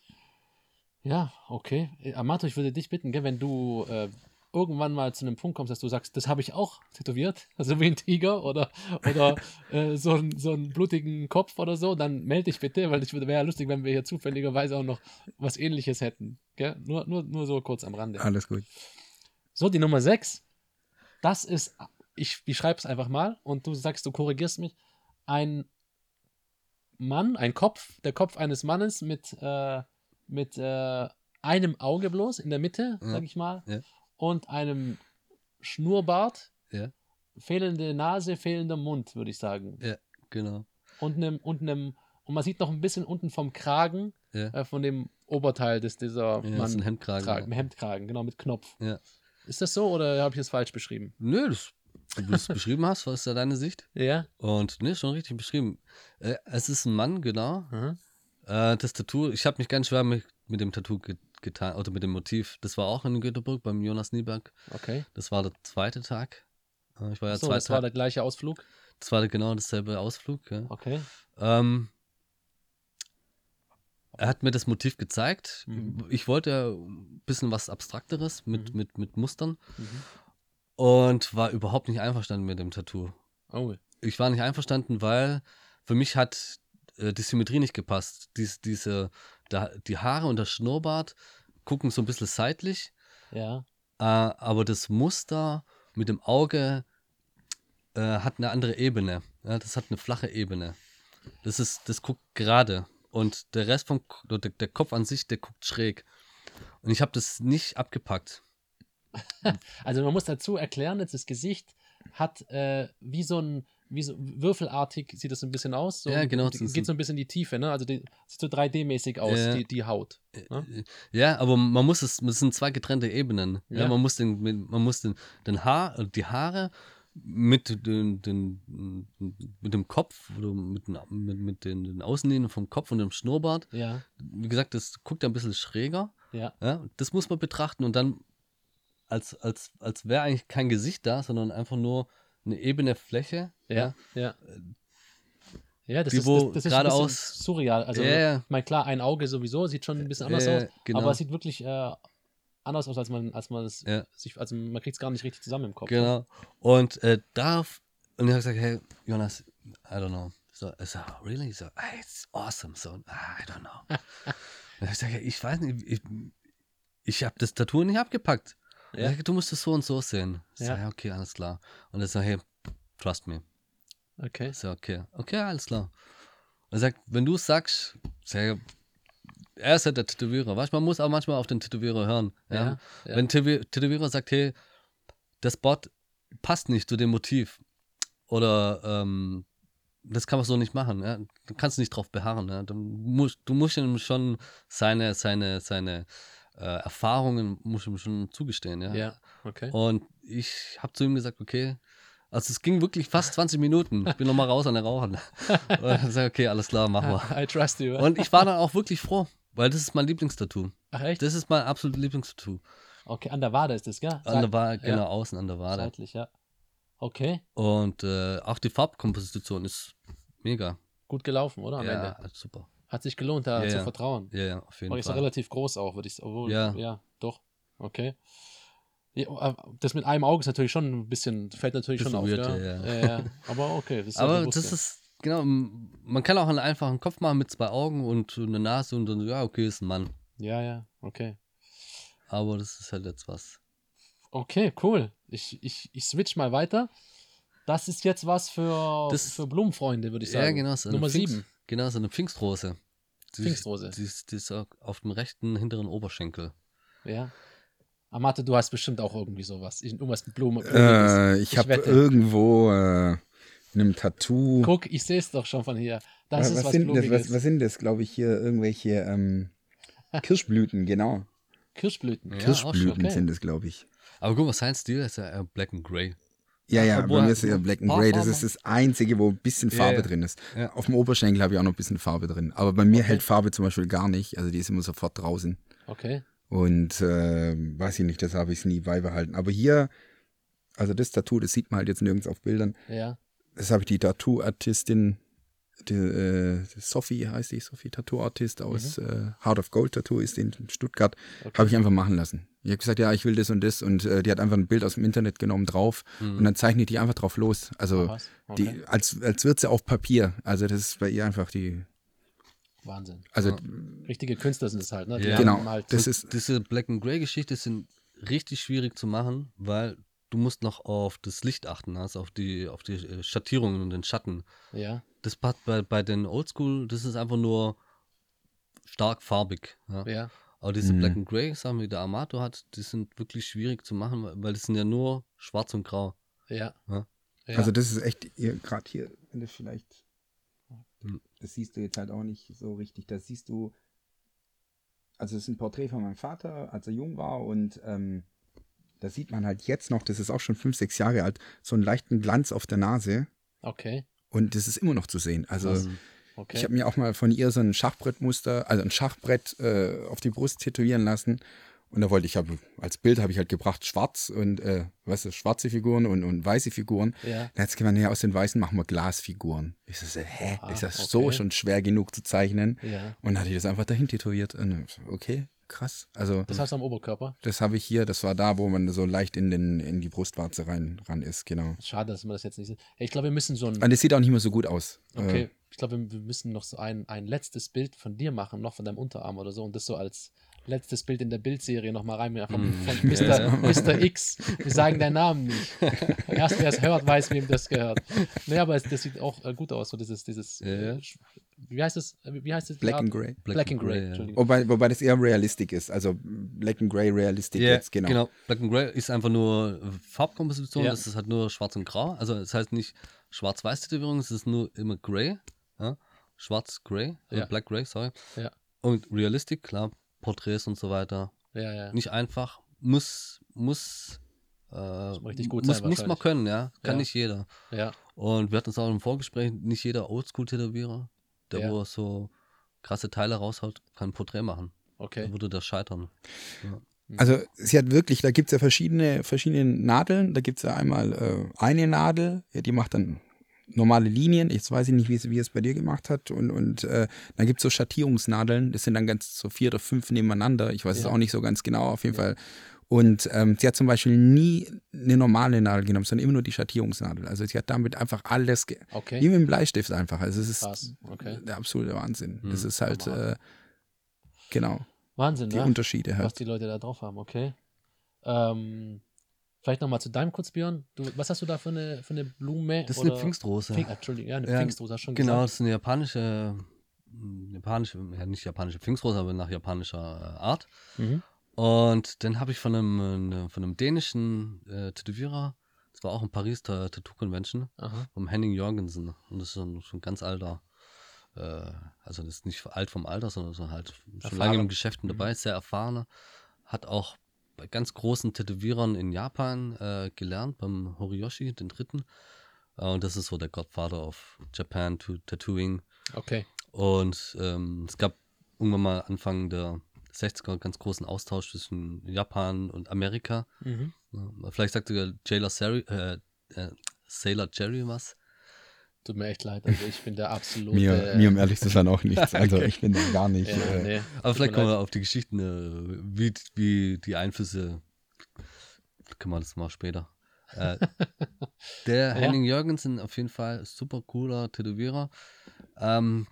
Ja, okay. Äh, Amato, ich würde dich bitten, gell, wenn du äh, irgendwann mal zu einem Punkt kommst, dass du sagst, das habe ich auch tätowiert, also wie ein Tiger oder, oder äh, so, ein, so einen blutigen Kopf oder so, dann melde dich bitte, weil es wäre ja lustig, wenn wir hier zufälligerweise auch noch was Ähnliches hätten. Gell? Nur, nur, nur so kurz am Rande. Alles gut. So, die Nummer sechs. Das ist, ich beschreibe es einfach mal und du sagst, du korrigierst mich. Ein Mann, ein Kopf, der Kopf eines Mannes mit, äh, mit äh, einem Auge bloß in der Mitte, Ja. sag ich mal, Ja. und einem Schnurrbart, Ja, fehlende Nase, fehlender Mund, würde ich sagen. ja, genau. Und einem, und einem, und man sieht noch ein bisschen unten vom Kragen, Ja, äh, von dem Oberteil des dieser ja das Mann ist ein Hemdkragen. tragen, Hemdkragen, genau, mit Knopf. Ja. Ist das so oder habe ich es falsch beschrieben? Nö, das, wie du es beschrieben hast, was ist ja deine Sicht? Ja. Und ne, schon richtig beschrieben. Äh, es ist ein Mann, genau. Mhm. Äh, das Tattoo, ich habe mich ganz schwer mit, mit dem Tattoo ge getan, oder mit dem Motiv. Das war auch in Göteborg beim Jonas Nieberg. Okay. Das war der zweite Tag. Äh, ich war ja So, zwei das war Tage. der gleiche Ausflug. Das war genau dasselbe Ausflug. Ja. Okay. Ähm, er hat mir das Motiv gezeigt. Mhm. Ich wollte ein bisschen was Abstrakteres mit, Mhm. mit, mit Mustern Mhm. und war überhaupt nicht einverstanden mit dem Tattoo. Oh. Ich war nicht einverstanden, weil für mich hat äh, die Symmetrie nicht gepasst. Dies, diese, da, die Haare und der Schnurrbart gucken so ein bisschen seitlich, Ja. äh, aber das Muster mit dem Auge äh, hat eine andere Ebene. Ja, das hat eine flache Ebene. Das ist, das guckt gerade. Und der Rest vom, der, der Kopf an sich, der guckt schräg. Und ich habe das nicht abgepackt. Also man muss dazu erklären, jetzt das Gesicht hat äh, wie so ein, wie so würfelartig sieht das so ein bisschen aus. So, Ja, genau, die- so- so- Geht so ein bisschen in die Tiefe, ne? Also die, sieht so drei D-mäßig aus, Ja. die, die Haut. Ne? Ja, aber man muss es, es sind zwei getrennte Ebenen. Ja, Ja. man muss den, mit- man muss den, den Haar, die Haare mit den, den, mit dem Kopf oder mit, den, mit, mit den, den Außenlinien vom Kopf und dem Schnurrbart. Ja, Wie gesagt, das guckt ja ein bisschen schräger. ja, Ja, das muss man betrachten und dann als, als, als wäre eigentlich kein Gesicht da, sondern einfach nur eine ebene Fläche. ja, ja. Ja, das Die, ist, wo das, das ist ein geradeaus- bisschen surreal. Also, Ja, ja. ich meine, klar, ein Auge sowieso sieht schon ein bisschen anders Ja, aus, ja, genau. aber es sieht wirklich äh, anders aus, als man, als man es Ja. sich, also man kriegt es gar nicht richtig zusammen im Kopf. Genau. Und äh, da, und ich habe gesagt, hey, Jonas, I don't know. So, so really? So, hey, it's awesome. So, I don't know. Und ich sage, ich weiß nicht, ich, ich habe das Tattoo nicht abgepackt. Ja. Ich sag, du musst es so und so sehen. Ich Ja. sage, okay, alles klar. Und er sagt, hey, trust me. Okay. Ich sage, okay, okay, alles klar. Und er sagt, wenn du es sagst, sag ich, er ist ja der Tätowierer. Weißt, man muss auch manchmal auf den Tätowierer hören. Ja? Ja, ja. Wenn Tätowi- Tätowierer sagt, hey, das Spot passt nicht zu dem Motiv oder ähm, das kann man so nicht machen. Ja? Du kannst nicht drauf beharren. Ja? Du musst, du musst ihm schon seine, seine, seine äh, Erfahrungen musst ihm schon zugestehen. Ja, Ja, okay. Und ich habe zu ihm gesagt, okay, also es ging wirklich fast zwanzig Minuten. Ich bin nochmal raus an der Rauchen. Und ich sage, okay, alles klar, machen wir. I trust you. Und ich war dann auch wirklich froh, weil das ist mein Lieblingstattoo. Ach echt? Das ist mein absolutes Lieblingstattoo. Okay, an der Wade ist das, gell? An der Wade, ja. genau, außen an der Wade. Seitlich, ja. Okay, Und äh, auch die Farbkomposition ist mega. gut gelaufen, oder? Am Ja, Ende. super. Hat sich gelohnt, da Ja, zu ja. vertrauen. Ja, ja, auf jeden Aber ist ja Fall. relativ groß auch, würde ich sagen. Ja. Ja, doch. Okay. Ja, das mit einem Auge ist natürlich schon ein bisschen, fällt natürlich Bisschen schon auf. weird, Ja. ja, Ja, ja. Aber okay. Das ist ja Aber bewusst, das ja. ist, genau, m- man kann auch einen einfachen Kopf machen mit zwei Augen und eine Nase und dann, so, ja, okay, ist ein Mann. Ja, ja, okay. Aber das ist halt jetzt was. Okay, cool. Ich, ich, ich switch mal weiter. Das ist jetzt was für, Das- für Blumenfreunde, würde ich sagen. Ja, genau. So eine Nummer Pfingst- sieben. Genau, so eine Pfingstrose. Die, Pfingstrose. Die, ist- die ist auch auf dem rechten hinteren Oberschenkel. Ja. Amate, du hast bestimmt auch irgendwie sowas. Irgendwas mit Blumen. Äh, ich Ich habe wette. irgendwo äh, in einem Tattoo. Guck, ich sehe es doch schon von hier. Das was, ist was, was sind das, Blumiges. was, was sind das, glaube ich, hier irgendwelche ähm, Kirschblüten, genau. Kirschblüten. Ja, Kirschblüten auch schon, okay. sind es, glaube ich. Aber guck mal, sein Stil ist ja eher Black and Grey. Ja, ja, Obwohl bei mir er- ist ja Black and Paar Grey. Das Farben. ist das Einzige, wo ein bisschen Ja, Farbe ja. drin ist. Ja. Auf dem Oberschenkel habe ich auch noch ein bisschen Farbe drin. Aber bei mir Okay. hält Farbe zum Beispiel gar nicht. Also die ist immer sofort draußen. Okay. Und äh, weiß ich nicht, das habe ich nie beibehalten. Aber hier, also das Tattoo, das sieht man halt jetzt nirgends auf Bildern. Ja. Das habe ich die Tattoo-Artistin, die, äh, Sophie heißt die, Sophie Tattoo-Artist aus äh, Heart of Gold Tattoo ist die in Stuttgart, Okay. habe ich einfach machen lassen. Ich habe gesagt, ja, ich will das und das und äh, die hat einfach ein Bild aus dem Internet genommen drauf und dann zeichne ich die einfach drauf los. Also Ach was? Okay. die, als, als wird sie auf Papier. Also das ist bei ihr einfach die, Wahnsinn. also Richtige Künstler sind es halt, ne? Die Ja. genau, haben halt das So, ist, diese Black and Grey Geschichte sind richtig schwierig zu machen, weil du musst noch auf das Licht achten, also auf die, auf die äh, Schattierungen und den Schatten. ja. Das passt bei, bei den Oldschool, das ist einfach nur stark farbig. Ja. Ja. Aber diese Mhm. Black and Grey Sachen, wie der Amato hat, die sind wirklich schwierig zu machen, weil- weil das sind ja nur schwarz und grau. Ja. Ja. Ja. also das ist echt, gerade hier, wenn du vielleicht, Hm. das siehst du jetzt halt auch nicht so richtig, da siehst du, also es ist ein Porträt von meinem Vater, als er jung war und ähm, da sieht man halt jetzt noch, das ist auch schon fünf, sechs Jahre alt, so einen leichten Glanz auf der Nase Okay. und das ist immer noch zu sehen. Also Krass. Okay. ich habe mir auch mal von ihr so ein Schachbrettmuster, also ein Schachbrett äh, auf die Brust tätowieren lassen. Und da wollte ich, hab, als Bild habe ich halt gebracht, schwarz und, äh, weißt du, schwarze Figuren und, und weiße Figuren. Ja. Dann hat es gemeint, ja, aus den Weißen machen wir Glasfiguren. Ich so, hä? Ah, ist das okay. so schon schwer genug zu zeichnen? Ja. Und dann hatte ich das einfach dahin tätowiert. Und ich so, okay, krass. Also, Das hast du am Oberkörper. das habe ich hier, das war da, wo man so leicht in, den, in die Brustwarze rein ran ist, genau. Schade, dass man das jetzt nicht sieht. Ja, ich glaube, wir müssen so ein. Und es sieht auch nicht mehr so gut aus. Okay. Ich glaube, wir wir müssen noch so ein, ein letztes Bild von dir machen, noch von deinem Unterarm oder so, und das so als, letztes Bild in der Bildserie nochmal rein von, Mm. von Mister Ja. Mister X. Wir sagen deinen Namen nicht. Erst wer es hört, weiß, wem das gehört. Nee, aber es, das sieht auch äh, gut aus. So dieses, dieses Ja. äh, wie heißt es? Wie heißt es? die Black Art? and Grey. Black, and Grey, ja. Entschuldigung. Wobei, wobei das eher realistisch ist. Also Black and Grey Realistic Ja, jetzt, genau. genau. Black and Grey ist einfach nur Farbkomposition, Ja. das ist halt nur schwarz und grau. Also das heißt nicht schwarz-weiß-Tätowierung, es ist nur immer Grey. Ja? Schwarz-Grey, Ja. äh, Black Grey, sorry. Ja. Und Realistic, klar, Porträts und so weiter. Ja, ja. Nicht einfach, muss, muss, äh, richtig gut muss, sein muss man wahrscheinlich. können, ja. Kann Ja. nicht jeder. Ja, Und wir hatten es auch im Vorgespräch, nicht jeder Oldschool-Tätowierer, der Ja. wo so krasse Teile raushaut, kann ein Porträt machen. okay. Da würde das scheitern. Also sie hat wirklich, da gibt es ja verschiedene, verschiedene Nadeln. Da gibt es ja einmal äh, eine Nadel, ja, die macht dann normale Linien. Jetzt weiß ich nicht, wie es, wie es bei dir gemacht hat. Und, und äh, dann gibt es so Schattierungsnadeln. Das sind dann ganz so vier oder fünf nebeneinander. Ich weiß es Ja. auch nicht so ganz genau, auf jeden Fall. Und ähm, sie hat zum Beispiel nie eine normale Nadel genommen, sondern immer nur die Schattierungsnadel. Also sie hat damit einfach alles, ge Okay. wie mit dem Bleistift einfach. Also es ist Krass, okay. der absolute Wahnsinn. Hm, Es ist halt, Hammer. äh, genau, Wahnsinn, die ne? Unterschiede Was halt. die Leute da drauf haben, okay. Ähm, vielleicht nochmal zu deinem kurz, Björn. Du, was hast du da für eine, für eine Blume? Das ist oder eine Pfingstrose. Pfing, Entschuldigung, ja, eine Ja, Pfingstrose, hast du schon Genau, gesagt. das ist eine japanische, hm, japanische, ja nicht japanische Pfingstrose, aber nach japanischer äh, Art. Mhm. Und den habe ich von einem, äh, von einem dänischen äh, Tätowierer, das war auch in Paris, der Tattoo Convention, Aha. vom Henning Jorgensen. Und das ist schon, schon ganz alter, äh, also das ist nicht alt vom Alter, sondern so halt schon Erfahren. lange im Geschäft Mhm. dabei, sehr erfahrener. Hat auch bei ganz großen Tätowierern in Japan äh, gelernt, beim Horiyoshi, den dritten. Äh, und das ist so der Godfather of Japan to Tattooing. Okay. Und ähm, es gab irgendwann mal Anfang der sechziger ganz großen Austausch zwischen Japan und Amerika. Mhm. Ja, vielleicht sagt sogar Jailer Sari, äh, äh, Sailor Jerry was. Tut mir echt leid, also ich bin der absolute... Mir, mir um ehrlich zu sein auch nichts. Also ich bin da gar nicht. ja, äh, nee, Aber tut vielleicht mir kommen wir leid. auf die Geschichten, äh, wie, wie die Einflüsse, können wir das mal später. Äh, der Ja. Henning Jürgensen auf jeden Fall super cooler Tätowierer. Ähm,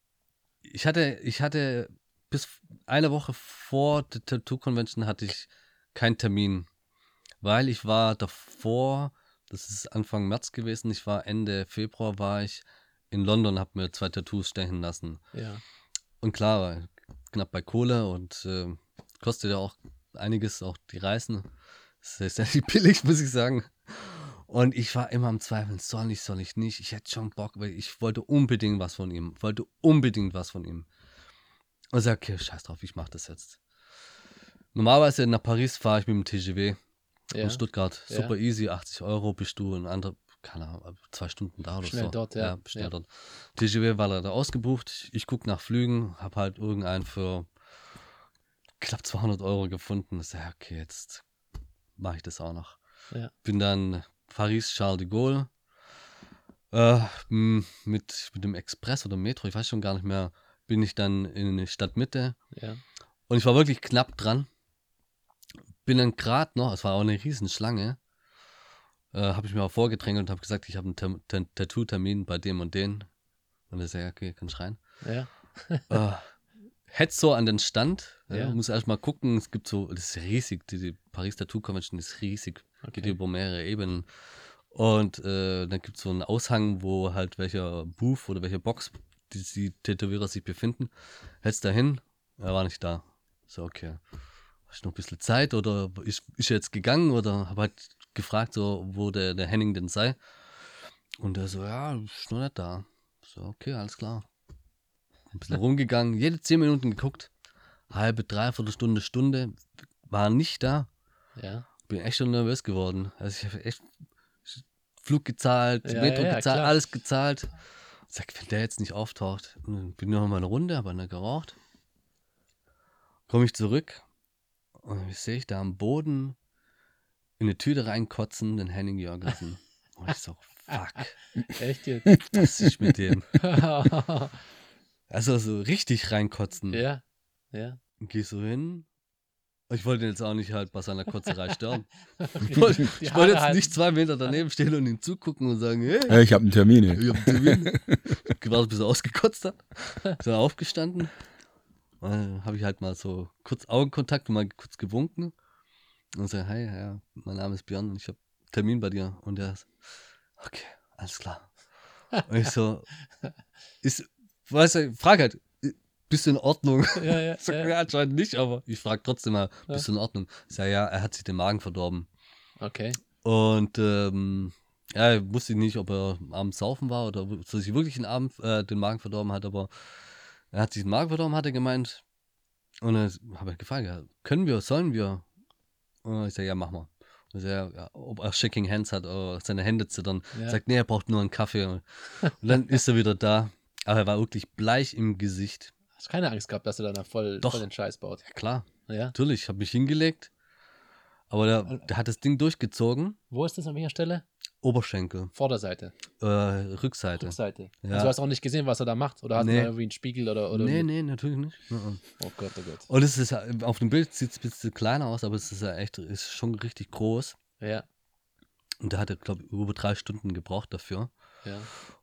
ich hatte, ich hatte bis eine Woche vor der Tattoo Convention hatte ich keinen Termin, weil ich war davor, das ist Anfang März gewesen, ich war Ende Februar war ich in London, habe mir zwei Tattoos stechen lassen. Ja, Und klar, knapp bei Kohle und äh, kostet ja auch einiges, auch die Reisen. Das ist ja nicht billig, muss ich sagen. Und ich war immer am Zweifeln, soll ich, soll ich nicht. Ich hätte schon Bock, weil ich wollte unbedingt was von ihm. Wollte unbedingt was von ihm. Und ich sag, okay, scheiß drauf, ich mach das jetzt. Normalerweise nach Paris fahre ich mit dem T G V ja. von Stuttgart. Ja. Super easy, achtzig Euro bist du in andere, keine Ahnung, zwei Stunden da oder Schnell so. dort, ja. schnell Ja. dort. T G V war leider ausgebucht. Ich, ich gucke nach Flügen, habe halt irgendeinen für knapp zweihundert Euro gefunden. Ich sag, okay, jetzt mache ich das auch noch. Ja. Bin dann Paris Charles de Gaulle äh, m- mit, mit dem Express oder Metro, ich weiß schon gar nicht mehr, bin ich dann in die Stadtmitte Ja. und ich war wirklich knapp dran. Bin dann gerade noch, es war auch eine Riesenschlange, äh, habe ich mir auch vorgedrängelt und habe gesagt, ich habe einen Tem- Tem- Tattoo-Termin bei dem und den. Und er sagt, okay, kannst rein. Ja. äh, Hätte so an den Stand, ja. Ja. Muss erst mal gucken, es gibt so, das ist riesig, die, die Paris Tattoo Convention ist riesig, geht Okay. über mehrere Ebenen. Und äh, dann gibt es so einen Aushang, wo halt welcher Booth oder welche Box die, die Tätowierer sich befinden. Hättest da hin, er war nicht da. So, okay. Hast du noch ein bisschen Zeit oder ist, ist er jetzt gegangen oder habe halt gefragt, so, wo der, der Henning denn sei. Und er so, ja, ist noch nicht da. So, okay, alles klar. Ein bisschen rumgegangen, jede zehn Minuten geguckt, halbe, dreiviertel Stunde, Stunde, war nicht da. Ja. Bin echt schon nervös geworden. Also ich habe echt Flug gezahlt, Ja, Metro ja, ja, gezahlt, klar. alles gezahlt. Sag, wenn der jetzt nicht auftaucht, und dann bin ich noch mal eine Runde, habe eine geraucht. Komme ich zurück und wie sehe ich da am Boden in eine Tüte reinkotzen, den Henning Jürgensen. Und ich so, fuck, Echt jetzt? was ist mit dem? Also so richtig reinkotzen. ja. Ja. Und geh so hin. Ich wollte ihn jetzt auch nicht halt bei seiner Kotzerei stören. Ich wollte, Die ich wollte Haare jetzt nicht zwei Meter daneben stehen und ihm zugucken und sagen, hey, Ja, ich habe einen Termin. ich hab einen Termin. Ich hab gewartet, bis er ausgekotzt hat. Ist er aufgestanden äh, habe ich halt mal so kurz Augenkontakt und mal kurz gewunken. Und so, hi, ja, mein Name ist Björn und ich habe Termin bei dir. Und er so, okay, alles klar. Und ich so, ist, weißt du, frag halt, bist du in Ordnung? Ja, ja, So, ja. ja, anscheinend nicht, aber ich frage trotzdem mal, Ja. bist du in Ordnung? Ich sag, ja, er hat sich den Magen verdorben. Okay. Und ähm, ja, ich wusste nicht, ob er abends saufen war oder ob er sich wirklich den, Abend, äh, den Magen verdorben hat, aber er hat sich den Magen verdorben, hat er gemeint. Und dann habe ich gefragt, ja, können wir, sollen wir? Und ich sage, ja, mach mal. Und ich sag, ja, ob er Shaking Hands hat oder seine Hände zittern. Ja. Er sagt, nee, er braucht nur einen Kaffee. Und dann ist er wieder da. Aber er war wirklich bleich im Gesicht. Hast keine Angst gehabt, dass er dann voll, Doch. voll den Scheiß baut? Ja, klar, Ja. natürlich, ich habe mich hingelegt. Aber der, der hat das Ding durchgezogen. Wo ist das, an welcher Stelle? Oberschenkel, Vorderseite, äh, Rückseite. Rückseite. Ja. Also du hast auch nicht gesehen, was er da macht? Oder hast Nee. du da irgendwie einen Spiegel oder... oder Nee, nee, natürlich nicht. Mhm. Oh Gott, oh Gott. Und es ist ja- auf dem Bild sieht es ein bisschen kleiner aus, aber es ist ja echt, ist schon richtig groß. Ja, Und der hatte, glaube ich, über drei Stunden gebraucht dafür. ja.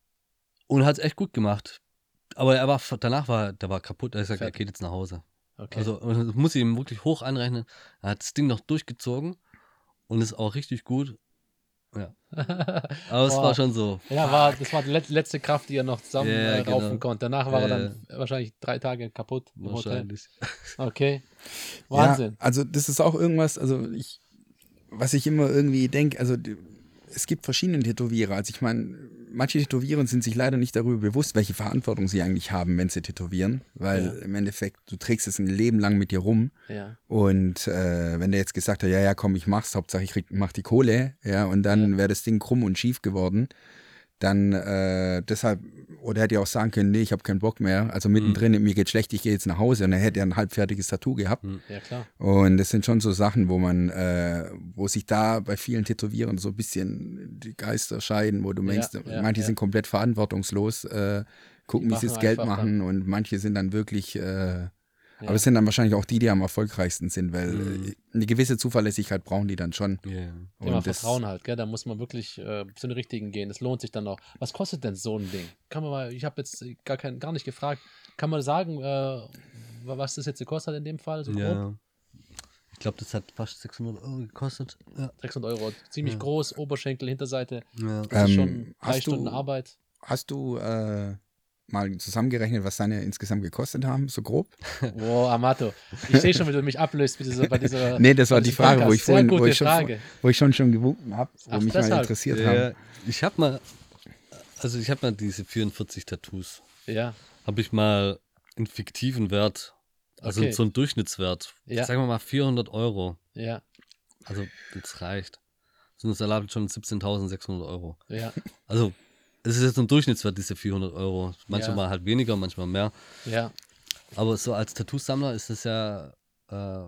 Und hat es echt gut gemacht. Aber er war danach war der war kaputt. Er hat gesagt, er Fertig. geht jetzt nach Hause. Okay. Also und das muss ich ihm wirklich hoch anrechnen. Er hat das Ding noch durchgezogen und ist auch richtig gut. Ja. Aber es Boah. war schon so. Ja, war, das war die let- letzte Kraft, die er noch zusammen Ja, äh, raufen genau. konnte. Danach war Ja, er dann wahrscheinlich drei Tage kaputt im Hotel. Wahrscheinlich. Okay. Wahnsinn. Ja, also das ist auch irgendwas, also ich, was ich immer irgendwie denke, also die- es gibt verschiedene Tätowierer. Also ich meine, manche Tätowierer sind sich leider nicht darüber bewusst, welche Verantwortung sie eigentlich haben, wenn sie tätowieren. Weil Ja. im Endeffekt, du trägst es ein Leben lang mit dir rum. Ja. Und äh, wenn der jetzt gesagt hat, ja, ja, komm, ich mach's, Hauptsache ich krieg, mach die Kohle, ja, und dann Ja. wäre das Ding krumm und schief geworden, dann äh, deshalb, oder hätte er auch sagen können, nee, ich habe keinen Bock mehr, also mittendrin, mir geht schlecht, ich gehe jetzt nach Hause, und dann hätte er ein halbfertiges Tattoo gehabt. Ja, klar. Und das sind schon so Sachen, wo man, äh, wo sich da bei vielen Tätowierern so ein bisschen die Geister scheiden, wo du Ja, denkst, ja, manche ja. sind komplett verantwortungslos, äh, gucken, Die wie sie das machen Geld einfach machen, und manche sind dann wirklich, äh, Ja. aber es sind dann wahrscheinlich auch die, die am erfolgreichsten sind, weil Mhm. äh, eine gewisse Zuverlässigkeit brauchen die dann schon. Yeah. Thema Und das- Vertrauen halt, gell? Da muss man wirklich äh, zu den Richtigen gehen. Das lohnt sich dann auch. Was kostet denn so ein Ding? Kann man mal, ich habe jetzt gar, kein, gar nicht gefragt, kann man sagen, äh, was das jetzt gekostet hat in dem Fall? So grob? Ja. Ich glaube, das hat fast sechshundert Euro gekostet. Ja. sechshundert Euro. Ziemlich Ja. groß, Oberschenkel, Hinterseite. Ja. Das ist Ähm, schon drei hast du- Stunden Arbeit. Hast du äh, mal zusammengerechnet, was deine insgesamt gekostet haben, so grob? Boah, Amato. Ich sehe schon, wie du mich ablöst bei dieser. Bei dieser Nee, das war bei die diesem Frage, wo Podcast. ich vorhin, Sehr wo gute ich schon, Frage. wo ich schon schon gewunken habe, wo Ach, mich mal deshalb. interessiert haben. Ja, ich habe mal, also ich habe mal diese vierundvierzig Tattoos, Ja, habe ich mal einen fiktiven Wert, also Okay. so einen Durchschnittswert, Ja. sagen wir mal vierhundert Euro, ja, also das reicht. So ein Salat schon siebzehntausendsechshundert Euro. ja, Also es ist jetzt ein Durchschnittswert, diese vierhundert Euro. Manchmal Ja. halt weniger, manchmal mehr. ja. Aber so als Tattoo-Sammler ist es ja, äh,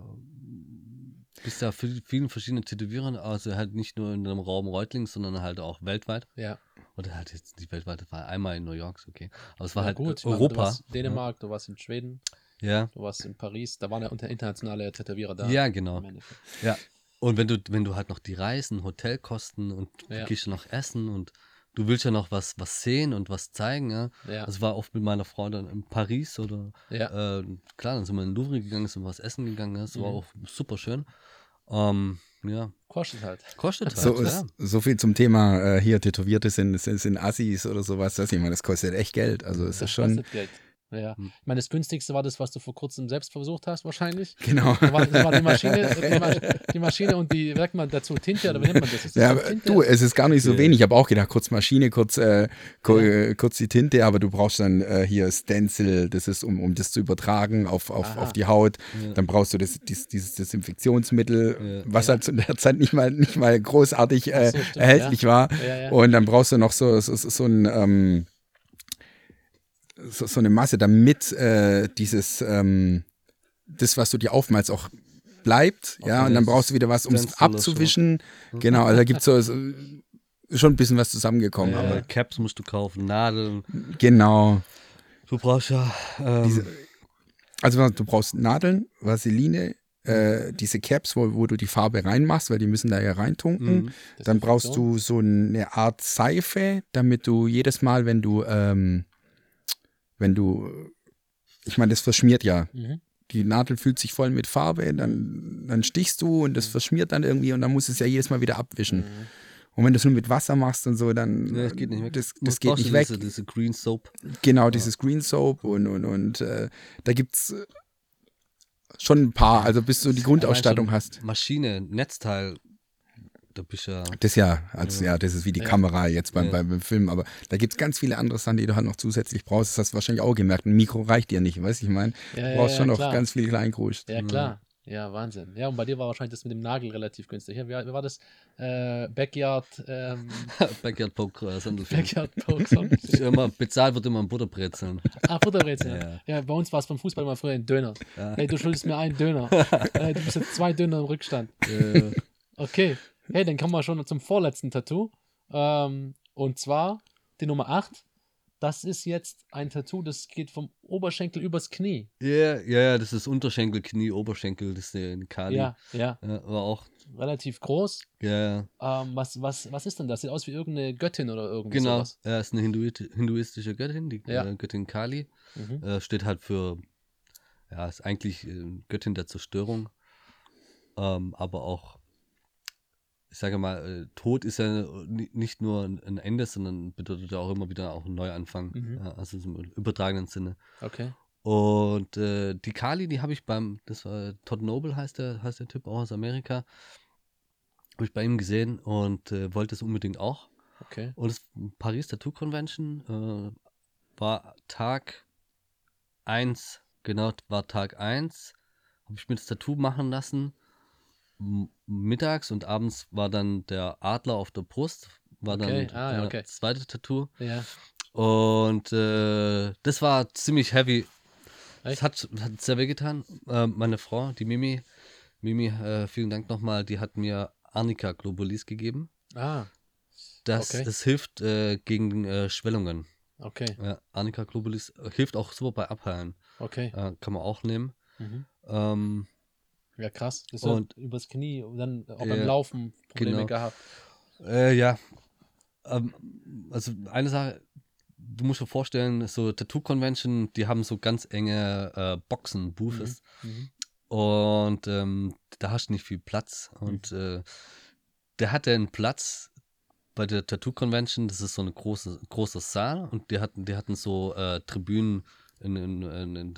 bist ja für vielen verschiedenen Tätowierern, also halt nicht nur in dem Raum Reutlingen, sondern halt auch weltweit. Ja, Oder halt jetzt nicht weltweit, das war einmal in New York, ist okay. Aber es war ja, halt gut. Ich meine, Du Europa. warst in Dänemark, du warst in Schweden, Ja, du warst in Paris. Da waren ja unter- internationale Tätowierer da. ja, genau. im Endeffekt. Ja. Und wenn du, wenn du halt noch die Reisen, Hotelkosten und du Ja. gehst ja noch essen und du willst ja noch was, was sehen und was zeigen, ja. Ja, Das war oft mit meiner Frau dann in Paris oder ja. äh, klar, dann sind wir in den Louvre gegangen, sind was essen gegangen, ja. Das war Mhm. auch super schön. Ähm, ja, Kostet halt. kostet halt. So, ja. ist, so viel zum Thema, äh, hier Tätowierte sind, sind, sind Assis oder sowas. Das, ich meine, das kostet echt Geld. Also es Das ist schon, kostet Geld. Ja. Hm. Ich meine, das günstigste war das, was du vor kurzem selbst versucht hast, wahrscheinlich. genau. Das war, das war die Maschine, die, Ma die Maschine und die, wie sagt man dazu, Tinte, oder wie nennt man das? Ist das Ja, so aber Tinte? du, es ist gar nicht so Ja. wenig. Ich habe auch gedacht, kurz Maschine, kurz, äh, ko Ja. äh, kurz die Tinte, aber du brauchst dann äh, hier Stencil, das ist, um, um das zu übertragen auf, auf, Aha. auf die Haut. Ja. Dann brauchst du das, dies, dieses Desinfektionsmittel, Ja. was Ja. halt zu der Zeit nicht mal, nicht mal großartig äh, Ach so, stimmt, erhältlich war. Ja, ja. Und dann brauchst du noch so, so, so, so ein ähm, so, so eine Masse, damit äh, dieses ähm, das, was du dir aufmalst, auch bleibt. Ja, Okay, und dann das brauchst du wieder was, um es Stencil oder so. abzuwischen. Genau, also da gibt es so, so schon ein bisschen was zusammengekommen. Ja. Aber Aber Caps musst du kaufen, Nadeln. genau. Du brauchst ja. Ähm, Diese, also du brauchst Nadeln, Vaseline, äh, diese Caps, wo, wo du die Farbe reinmachst, weil die müssen da ja reintunken. Mhm. Dann brauchst du so eine Art Seife, damit du jedes Mal, wenn du, ähm, wenn du ich meine, das verschmiert ja. Mhm. Die Nadel fühlt sich voll mit Farbe, dann, dann stichst du und das verschmiert dann irgendwie und dann musst du es ja jedes Mal wieder abwischen. Mhm. Und wenn du es nur mit Wasser machst und so, dann Ja, das geht nicht weg. das, Du das geht brauchst nicht ja weg. Diese, diese Green Soap. Genau, dieses Green Soap und, und, und äh, da gibt es schon ein paar, also bis du die Grundausstattung Allein hast. schon Maschine, Netzteil, da bist du ja. Das ja, also, ja, das ist wie die Ja. Kamera jetzt beim, Ja. beim Film, aber da gibt es ganz viele andere Sachen, die du halt noch zusätzlich brauchst. Das hast du wahrscheinlich auch gemerkt. Ein Mikro reicht dir nicht, weißt du, ich meine, Ja, du brauchst ja, schon ja, noch klar. ganz viel Kleingrust. Ja, klar. Ja, Wahnsinn. Ja, und bei dir war wahrscheinlich das mit dem Nagel relativ günstig. Ja, wie, wie war das? Äh, Backyard, ähm, Backyard Poke, äh, Sonderfilm. Backyard Poke Song. Ist immer, bezahlt wird immer ein Butterbrezeln. Ah, Butterbrezel. Ja. Ja. ja, bei uns war es beim Fußball immer früher ein Döner. Hey, du schuldest mir einen Döner. hey, du bist jetzt zwei Döner im Rückstand. Äh, Okay. Hey, dann kommen wir schon zum vorletzten Tattoo. Ähm, und zwar die Nummer acht. Das ist jetzt ein Tattoo, das geht vom Oberschenkel übers Knie. Ja, ja, ja, das ist Unterschenkel, Knie, Oberschenkel, das ist der Kali. Ja, ja. Ja, aber auch, Relativ groß. ja, Ähm, was, was, was ist denn das? Sieht aus wie irgendeine Göttin oder irgendwie genau. sowas. Er ist eine Hinduit hinduistische Göttin, die Ja. äh, Göttin Kali. Mhm. Äh, steht halt für, ja, ist eigentlich äh, Göttin der Zerstörung. Ähm, aber auch, ich sage mal, äh, Tod ist ja ni- nicht nur ein ein Ende, sondern bedeutet ja auch immer wieder auch ein Neuanfang. Mhm. Ja, also im übertragenen Sinne. Okay. Und äh, die Kali, die habe ich beim, das war Todd Noble heißt der, heißt der Typ auch aus Amerika, habe ich bei ihm gesehen und äh, wollte es unbedingt auch. Okay. Und das Paris Tattoo Convention äh, war Tag eins, genau, war Tag eins, habe ich mir das Tattoo machen lassen. M mittags und abends war dann der Adler auf der Brust, war Okay, dann ah, ja, äh, okay. das zweite Tattoo. Ja. Und äh, das war ziemlich heavy. Echt? Es hat, hat sehr wehgetan. Äh, meine Frau, die Mimi, Mimi, äh, vielen Dank nochmal, die hat mir Arnica Globulis gegeben. Ah, Das, Okay. das hilft äh, gegen äh, Schwellungen. okay. Ja, Arnica Globulis äh, hilft auch super bei Abheilen. Okay. Äh, kann man auch nehmen. Mhm. Ähm, Ja, krass. Das Und- und übers Knie und dann auch Ja, beim Laufen Probleme genau. gehabt. äh, ja, ähm, also eine Sache, du musst dir vorstellen, so Tattoo-Convention, die haben so ganz enge äh, Boxen, Booths. Mhm. Und ähm, da hast du nicht viel Platz. Und äh, der hatte einen Platz bei der Tattoo Convention. Das ist so ein große, großer Saal. Und die hatten, die hatten so äh, Tribünen in, in, in, in,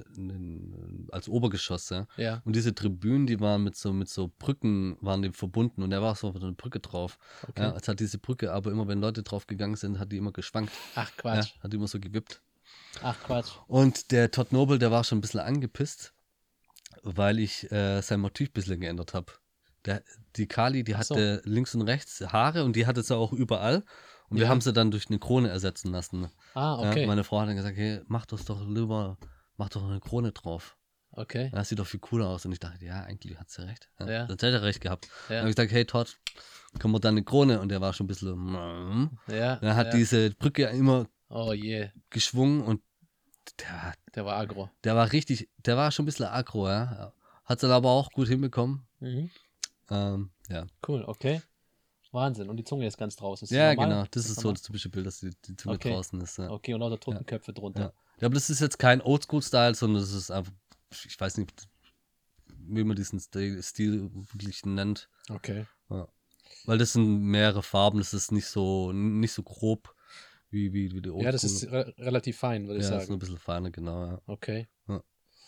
in, als Obergeschoss. Ja. Ja, Und diese Tribünen, die waren mit so, mit so Brücken waren die verbunden. Und da war so eine Brücke drauf. okay. Ja, jetzt hat diese Brücke, aber immer wenn Leute drauf gegangen sind, hat die immer geschwankt. Ach Ja, Quatsch. hat die immer so gewippt. Ach Quatsch. Und der Todd Noble, der war schon ein bisschen angepisst, weil ich äh, sein Motiv ein bisschen geändert habe. Der, die Kali, die Ach so. hatte links und rechts Haare und die hatte sie auch überall. Und wir Ja. haben sie dann durch eine Krone ersetzen lassen. Ah, Ja, okay. meine Frau hat dann gesagt, hey, mach das doch lieber, mach doch eine Krone drauf. Okay. Ja, das sieht doch viel cooler aus. Und ich dachte, ja, eigentlich hat sie recht. Ja, Ja. Das hätte er recht gehabt. Dann Ja. habe ich gesagt, hey Todd, können wir dann eine Krone? Und der war schon ein bisschen, mm. Ja. Dann hat ja. diese Brücke immer Oh je, geschwungen und der, der war aggro. der war richtig, der war schon ein bisschen aggro, ja. Hat es dann aber auch gut hinbekommen. Mhm. Ähm, ja. Cool, okay. Wahnsinn. Und die Zunge ist ganz draußen. Ist das Ja, normal? genau. Das ist so normal? das typische Bild, dass die, die Zunge Okay. draußen ist. Ja. Okay, und lauter Totenköpfe drunter. Ja. ja, aber das ist jetzt kein Oldschool-Style, sondern das ist einfach, ich weiß nicht, wie man diesen Stil, Stil wirklich nennt. Okay. Weil das sind mehrere Farben, das ist nicht so, nicht so grob wie, wie, wie die Oldschool. Ja, das ist re relativ fein, würde ich ja, das ist sagen. nur ein bisschen feiner, genau. Ja. Okay. Ja.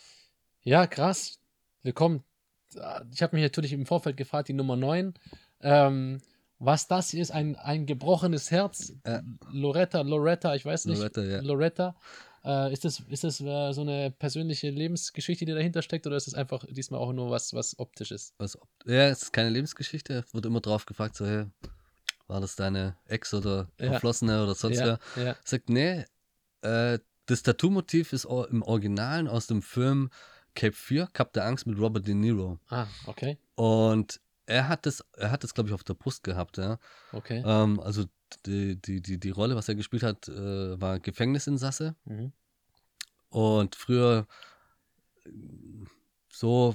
Ja, krass. Willkommen. Ich habe mich natürlich im Vorfeld gefragt, die Nummer neun. Ähm, was das ist, ein, ein gebrochenes Herz. Ja. Loretta, Loretta, ich weiß nicht. Loretta, ja. Loretta. Äh, ist das, ist das äh, so eine persönliche Lebensgeschichte, die dahinter steckt, oder ist es einfach diesmal auch nur was, was optisch ist? Was, ja, es ist keine Lebensgeschichte, wird immer drauf gefragt, so, hey, war das deine Ex oder Ja. Verflossene oder sonst Ja, wer? ja. Sagt, nee, äh, das Tattoo-Motiv ist au- im Originalen aus dem Film Cape Fear, Kap der Angst mit Robert De Niro. Ah, okay. Und er hat das, er hat das, glaube ich, auf der Brust gehabt, ja. Okay. Ähm, also die, die, die, die Rolle, was er gespielt hat, äh, war Gefängnisinsasse. Mhm. Und früher äh, so,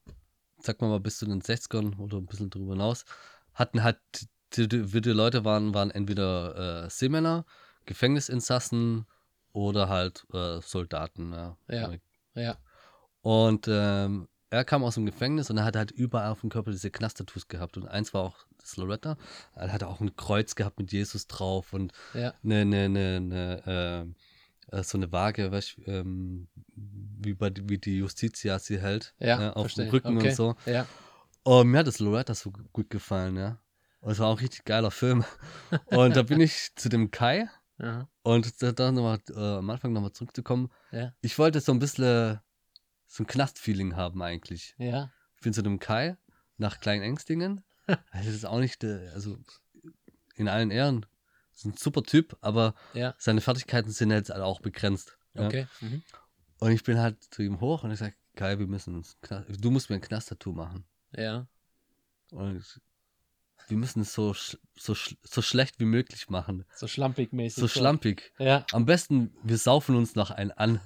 sag mal mal, bis zu den sechzigern oder ein bisschen drüber hinaus, hatten halt, die, die, die Leute waren, waren entweder äh, Seemänner, Gefängnisinsassen oder halt äh, Soldaten. Ja. Ja. Ja. Und ähm, er kam aus dem Gefängnis und er hat halt überall auf dem Körper diese Knast-Tattoos gehabt. Und eins war auch das Loretta. Er hatte auch ein Kreuz gehabt mit Jesus drauf und Ja. eine, eine, eine, eine äh, äh, so eine Waage, weißt, du, ähm, wie, bei, wie die Justitia sie hält, Ja, ne, auf verstehe. dem Rücken Okay. und so. Ja. Und mir hat das Loretta so gut gefallen, ja. Und es war auch ein richtig geiler Film. Und da bin ich zu dem Kai Aha. und da, da nochmal, äh, am Anfang nochmal zurückzukommen. Ja. Ich wollte so ein bisschen so ein Knast-Feeling haben eigentlich. Ja. Ich bin zu dem Kai nach Kleinengstingen. Das ist auch nicht, äh, also in allen Ehren, ist ein super Typ, aber Ja. seine Fertigkeiten sind jetzt halt auch begrenzt. Ja? Okay. Mhm. Und ich bin halt zu ihm hoch und ich sage, Kai, wir müssen uns, Knast, du musst mir ein Knast-Tattoo machen. Ja. Und ich, wir müssen es so, sch- so, sch- so schlecht wie möglich machen. So schlampig-mäßig. So schlampig. Ja. Am besten, wir saufen uns noch einen an.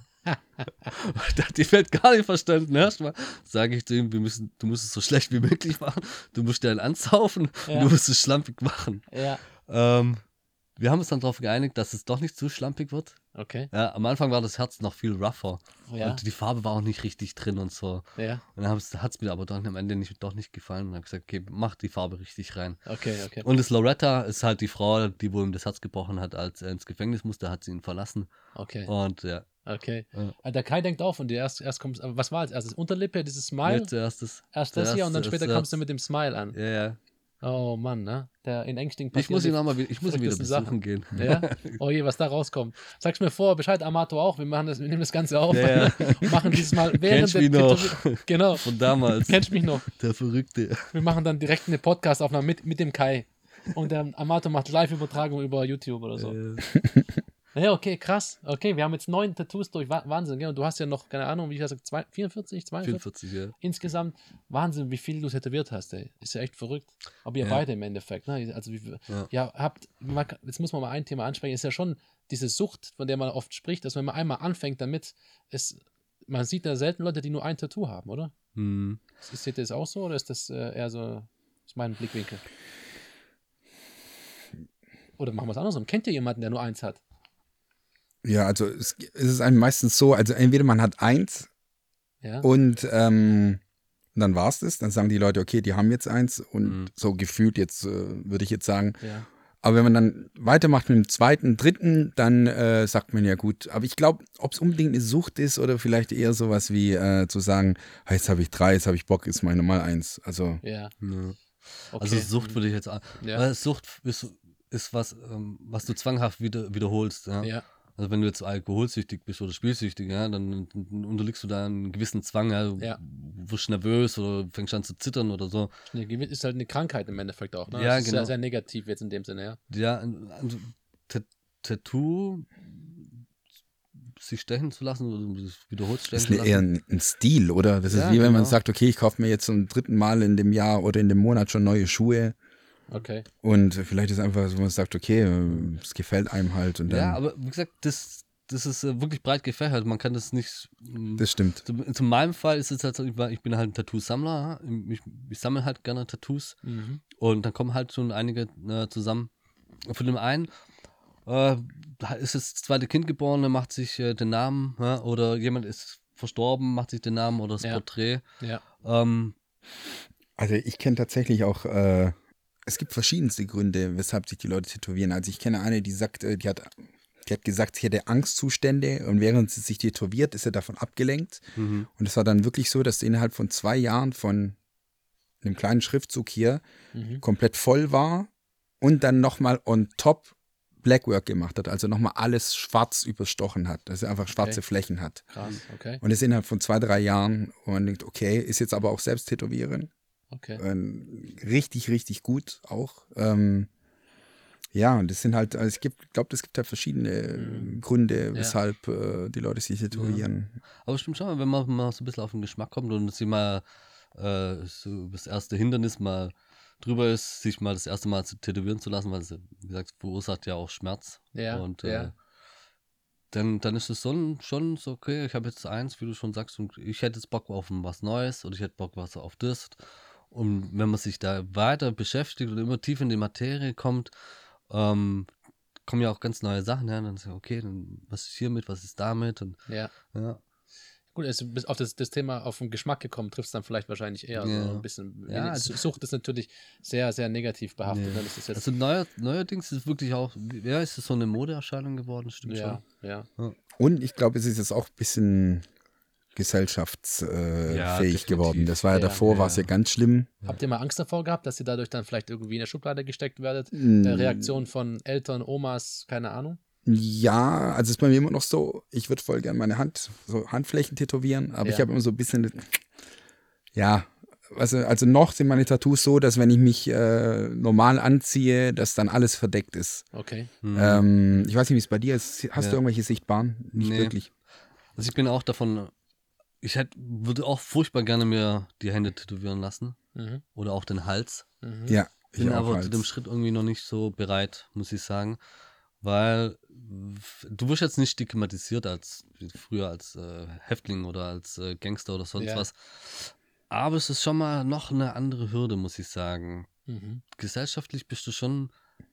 Der hat die Welt gar nicht verstanden. Erstmal sage ich zu ihm, wir müssen, du musst es so schlecht wie möglich machen. Du musst dir einen ansaufen Ja. und du musst es schlampig machen. Ja. Ähm, wir haben uns dann darauf geeinigt, dass es doch nicht zu schlampig wird. Okay. Ja, am Anfang war das Herz noch viel rougher. Ja. Und die Farbe war auch nicht richtig drin und so. Ja. Und dann hat es mir aber dann am Ende nicht, doch nicht gefallen. Und habe gesagt, okay, mach die Farbe richtig rein. Okay, okay. Und das Loretta ist halt die Frau, die wohl ihm das Herz gebrochen hat, als er ins Gefängnis musste, hat sie ihn verlassen. Okay. Und ja, Okay. Ja. Ah, Der Kai denkt auch von dir. Erst, erst kommt, aber was war als erstes? Unterlippe, dieses Smile? jetzt zuerst das. Erst das hier und dann zuerst später das kommst du Herz. mit dem Smile an. Ja, ja. Oh Mann, ne? Der in Engsting Ich muss ihn die nochmal, ich muss ihn wieder verrücktesten besuchen gehen. Ja? Oh je, was da rauskommt. Sag's mir vor, Bescheid, Amato auch. Wir machen das, wir nehmen das Ganze auf. Ja, ja. Und machen dieses Mal während Kennst mich der noch. Tätowier- Genau. Von damals. Kennst mich noch. Der Verrückte. Wir machen dann direkt eine Podcast-Aufnahme mit, mit dem Kai. Und der Amato macht Live-Übertragung über YouTube oder so. Äh, Ja, okay, krass. Okay, wir haben jetzt neun Tattoos durch. Wa- Wahnsinn, gell? Und du hast ja noch, keine Ahnung, wie ich gesagt habe, vierundvierzig, zweiundvierzig? vierundvierzig, ja. Insgesamt Wahnsinn, wie viel du tätowiert hast, ey. Ist ja echt verrückt. Aber ihr Ja. beide im Endeffekt, ne? Also, wie, Ja. ja, habt, man kann- jetzt muss man mal ein Thema ansprechen, ist ja schon diese Sucht, von der man oft spricht, dass wenn man einmal anfängt damit, ist, man sieht da selten Leute, die nur ein Tattoo haben, oder? Hm. Ist, seht ihr das auch so oder ist das äh, eher so, ist mein Blickwinkel? Oder machen wir es andersrum? Kennt ihr jemanden, der nur eins hat? Ja, also es, es ist einem meistens so, also entweder man hat eins Ja. und ähm, dann war es das, dann sagen die Leute, okay, die haben jetzt eins und Mhm. so gefühlt jetzt, äh, würde ich jetzt sagen. Ja. Aber wenn man dann weitermacht mit dem zweiten, dritten, dann äh, sagt man ja gut. Aber ich glaube, ob es unbedingt eine Sucht ist oder vielleicht eher sowas wie äh, zu sagen, ah, jetzt habe ich drei, jetzt habe ich Bock, ist meine Nummer eins. Also Ja. Ja. Okay. Also Sucht würde ich jetzt. Ja. Weil Sucht ist, ist was, ähm, was du zwanghaft wieder, wiederholst. Ja? Ja. Also wenn du jetzt alkoholsüchtig bist oder spielsüchtig, ja, dann, dann unterliegst du da einem gewissen Zwang, ja. Du Ja. wirst nervös oder fängst an zu zittern oder so. Eine gewi- Ist halt eine Krankheit im Endeffekt auch. Ne? Ja, das ist genau. sehr, sehr negativ jetzt in dem Sinne, ja. Ja, also Tat- Tattoo sich stechen zu lassen oder sich wiederholt stechen das ist zu eine, lassen. eher ein, ein Stil, oder? Das ist Ja, wie wenn man genau. sagt, okay, ich kaufe mir jetzt zum dritten Mal in dem Jahr oder in dem Monat schon neue Schuhe. Okay. Und vielleicht ist einfach so, man sagt, okay, äh, es gefällt einem halt und dann, Ja, aber wie gesagt, das, das ist äh, wirklich breit gefächert. Man kann das nicht. mm, das stimmt. Zu, zu meinem Fall ist es halt so, ich, war, ich bin halt ein Tattoo-Sammler. Ich, ich sammle halt gerne Tattoos. Mhm. Und dann kommen halt schon einige äh, zusammen. Von dem einen äh, da ist das zweite Kind geboren, der macht sich äh, den Namen. Ja, oder jemand ist verstorben, macht sich den Namen oder das Ja. Porträt. Ja. Ähm, Also ich kenne tatsächlich auch, äh, es gibt verschiedenste Gründe, weshalb sich die Leute tätowieren. Also ich kenne eine, die sagt, äh, die hat, die hat gesagt, sie hätte Angstzustände und während sie sich tätowiert, ist sie davon abgelenkt. mhm. Und es war dann wirklich so, dass sie innerhalb von zwei Jahren von einem kleinen Schriftzug hier Mhm. komplett voll war und dann nochmal on top Blackwork gemacht hat, also nochmal alles schwarz überstochen hat, dass er einfach schwarze Okay. Flächen hat. Krass, okay. Und das innerhalb von zwei, drei Jahren und man denkt, okay, ist jetzt aber auch selbst Tätowiererin. Okay. Ähm, richtig, richtig gut auch. Ähm, ja, und das sind halt, also es gibt, ich glaube, es gibt halt verschiedene Mhm. Gründe, Ja. weshalb äh, die Leute sich tätowieren. Aber stimmt schon, wenn man mal so ein bisschen auf den Geschmack kommt und sich mal äh, so das erste Hindernis mal drüber ist, sich mal das erste Mal zu tätowieren zu lassen, weil es, wie gesagt, verursacht ja auch Schmerz. Ja, Und ja. äh, dann, dann ist es schon, schon so, okay, ich habe jetzt eins, wie du schon sagst, und ich hätte jetzt Bock auf was Neues oder ich hätte Bock was auf das. Und wenn man sich da weiter beschäftigt und immer tief in die Materie kommt, ähm, kommen ja auch ganz neue Sachen her. Dann ist ja, okay, dann was ist hiermit, was ist damit? Und, Ja. ja. Gut, es ist auf das, das Thema auf den Geschmack gekommen, trifft es dann vielleicht wahrscheinlich eher Ja. so ein bisschen. Ja, Also Sucht ist natürlich sehr, sehr negativ behaftet. Nee. Ne? Das ist jetzt, Also neuer, neuerdings ist es wirklich auch, ja, ist es so eine Modeerscheinung geworden, stimmt ja, ja. schon. Und ich glaube, es ist jetzt auch ein bisschen gesellschaftsfähig äh, Ja, fähig definitiv. geworden. Das war ja, Ja, davor, ja. war es ja ganz schlimm. Habt ihr mal Angst davor gehabt, dass ihr dadurch dann vielleicht irgendwie in der Schublade gesteckt werdet? Mm. Äh, Reaktion von Eltern, Omas, keine Ahnung? Ja, also es ist bei mir immer noch so, ich würde voll gerne meine Hand, so Handflächen tätowieren, aber Ja. ich habe immer so ein bisschen, ja, also, also noch sind meine Tattoos so, dass wenn ich mich äh, normal anziehe, dass dann alles verdeckt ist. Okay. Mhm. Ähm, ich weiß nicht, wie es bei dir ist. Hast Ja. du irgendwelche sichtbaren? Nicht Nee. wirklich. Also ich bin auch davon, ich hätte, würde auch furchtbar gerne mir die Hände tätowieren lassen Mhm. oder auch den Hals. Mhm. Ja, ich Bin auch aber halt. zu dem Schritt irgendwie noch nicht so bereit, muss ich sagen. Weil f- du wirst jetzt nicht stigmatisiert als wie früher als äh, Häftling oder als äh, Gangster oder sonst Ja. was. Aber es ist schon mal noch eine andere Hürde, muss ich sagen. Mhm. Gesellschaftlich bist du schon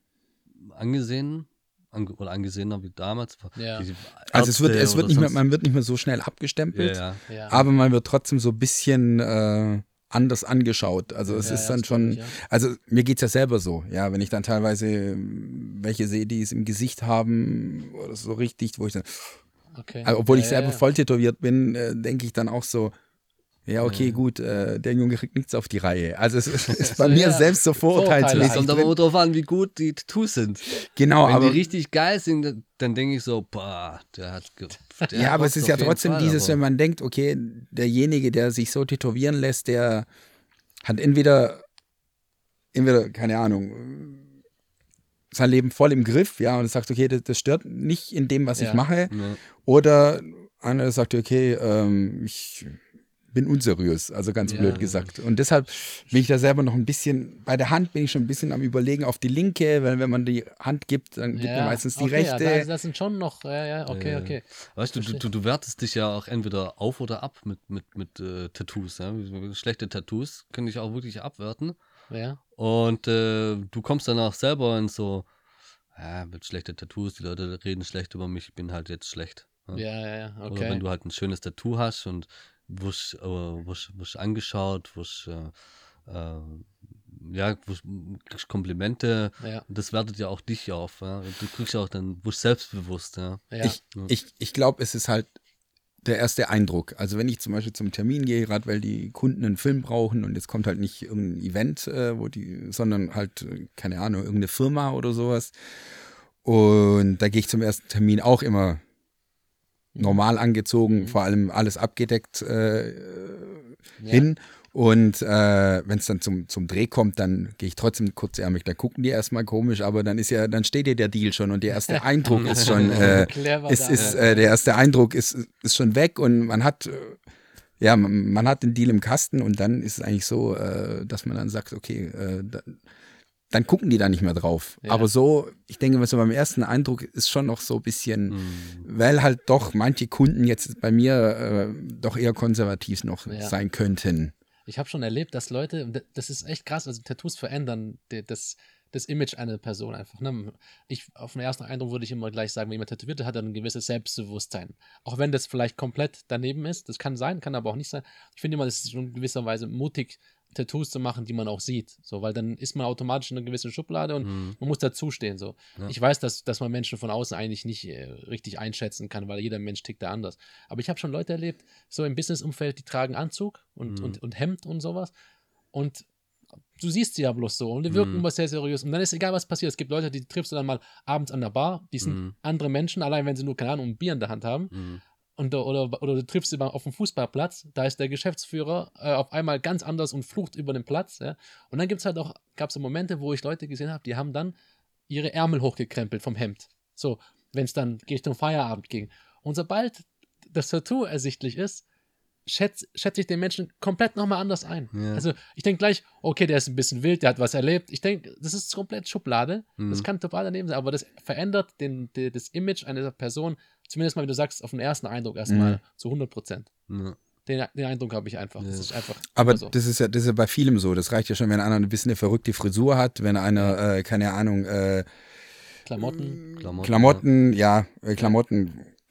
angesehen ange oder angesehener wie damals. Ja. Die Also es wird, Ärzte es wird oder nicht mehr, sonst- man wird nicht mehr so schnell abgestempelt, ja, ja. Ja. aber man wird trotzdem so ein bisschen äh, anders angeschaut. Also es Ja, ist ja, dann das glaub schon, ich, ja. also mir geht es ja selber so, ja, wenn ich dann teilweise ähm, welche sehe, die es im Gesicht haben oder so richtig, wo ich dann, Okay. also, obwohl ja, ich selber ja, ja. voll tätowiert bin, äh, denke ich dann auch so, ja, okay, Ja. gut, äh, der Junge kriegt nichts auf die Reihe. Also es ist, ist bei Ja, mir ja. selbst so Vorurteile vorurteilsmäßig Kommt aber drin. auch drauf an, wie gut die Tattoos sind. Genau, Wenn aber die richtig geil sind, dann- dann denke ich so, boah, der hat. ge- Der ja, aber es rockt ist auf ja jeden trotzdem Fall, dieses, aber- wenn man denkt, okay, derjenige, der sich so tätowieren lässt, der hat entweder, entweder, keine Ahnung, sein Leben voll im Griff, ja, und sagt, okay, das, das stört nicht in dem, was Ja. ich mache, Ja. oder einer der sagt, okay, ähm, ich bin unseriös, also ganz Ja. blöd gesagt. Und deshalb bin ich da selber noch ein bisschen, bei der Hand bin ich schon ein bisschen am Überlegen auf die linke, weil wenn man die Hand gibt, dann gibt man meistens die okay, rechte. Ja, das, das sind schon noch, ja, ja, okay, Ja. okay. Weißt du, du, Verstehe. du, du wertest dich ja auch entweder auf oder ab mit, mit, mit äh, Tattoos. Ja? Schlechte Tattoos können dich auch wirklich abwerten. Ja, Und äh, du kommst dann auch selber in so, ja, mit schlechten Tattoos, die Leute reden schlecht über mich, ich bin halt jetzt schlecht. Ja? ja, ja, ja, okay. Oder wenn du halt ein schönes Tattoo hast und wirst, äh, wirst, wirst angeschaut, wirst, äh, äh, ja, wirst, kriegst Komplimente. ja, Das wertet ja auch dich auf. Ja? Du kriegst ja auch dann, wirst selbstbewusst. Ja? ja. Ich, ich, ich glaube, es ist halt der erste Eindruck. Also wenn ich zum Beispiel zum Termin gehe, gerade weil die Kunden einen Film brauchen und jetzt kommt halt nicht irgendein Event, äh, wo die, sondern halt, äh, keine Ahnung, irgendeine Firma oder sowas. Und da gehe ich zum ersten Termin auch immer normal angezogen, vor allem alles abgedeckt äh, hin. Und äh, wenn es dann zum, zum Dreh kommt, dann gehe ich trotzdem kurzärmlich. Dann gucken die erstmal komisch, aber dann ist ja, dann steht ja der Deal schon und der erste Eindruck ist schon, äh, Clever ist, da, ist, ja. äh, der erste Eindruck ist, ist schon weg und man hat, äh, ja, man, man hat den Deal im Kasten und dann ist es eigentlich so, äh, dass man dann sagt, okay, äh, da, dann gucken die da nicht mehr drauf. Ja. Aber so, ich denke, so beim ersten Eindruck ist schon noch so ein bisschen, Mhm. weil halt doch manche Kunden jetzt bei mir äh, doch eher konservativ noch Ja. sein könnten. Ich habe schon erlebt, dass Leute, und das ist echt krass, also Tattoos verändern die- das, das Image einer Person einfach. Ne? Ich, auf den ersten Eindruck würde ich immer gleich sagen, wenn jemand tätowiert hat, hat er ein gewisses Selbstbewusstsein. Auch wenn das vielleicht komplett daneben ist, das kann sein, kann aber auch nicht sein. Ich finde immer, das ist schon in gewisser Weise mutig, Tattoos zu machen, die man auch sieht. So, weil dann ist man automatisch in einer gewissen Schublade und Mhm. man muss dazustehen. So. Ja. Ich weiß, dass, dass man Menschen von außen eigentlich nicht äh, richtig einschätzen kann, weil jeder Mensch tickt da anders. Aber ich habe schon Leute erlebt, so im Businessumfeld, die tragen Anzug und, Mhm. und, und Hemd und sowas. Und du siehst sie ja bloß so und die wirken Mhm. immer sehr seriös. Und dann ist egal, was passiert. Es gibt Leute, die triffst du dann mal abends an der Bar, die sind Mhm. andere Menschen, allein wenn sie nur, keine Ahnung, ein Bier in der Hand haben. Mhm. Und, oder, oder du triffst sie mal auf dem Fußballplatz, da ist der Geschäftsführer äh, auf einmal ganz anders und flucht über den Platz. Ja? Und dann gibt es halt auch, gab es so Momente, wo ich Leute gesehen habe, die haben dann ihre Ärmel hochgekrempelt vom Hemd. So, wenn es dann Richtung Feierabend ging. Und sobald das Tattoo ersichtlich ist, schätze schätz ich den Menschen komplett nochmal anders ein. Ja. Also ich denke gleich, okay, der ist ein bisschen wild, der hat was erlebt. Ich denke, das ist komplett Schublade. Das Mhm. kann total daneben sein, aber das verändert den, den, das Image einer Person, zumindest mal, wie du sagst, auf den ersten Eindruck erstmal Mhm. zu hundert Prozent. Ja. Den, den Eindruck habe ich einfach. Das Ja. ist einfach Aber immer so. das ist ja, das ist ja bei vielem so. Das reicht ja schon, wenn einer ein bisschen eine verrückte Frisur hat, wenn einer, äh, keine Ahnung, äh, Klamotten. Klamotten. Klamotten, ja, äh, Klamotten,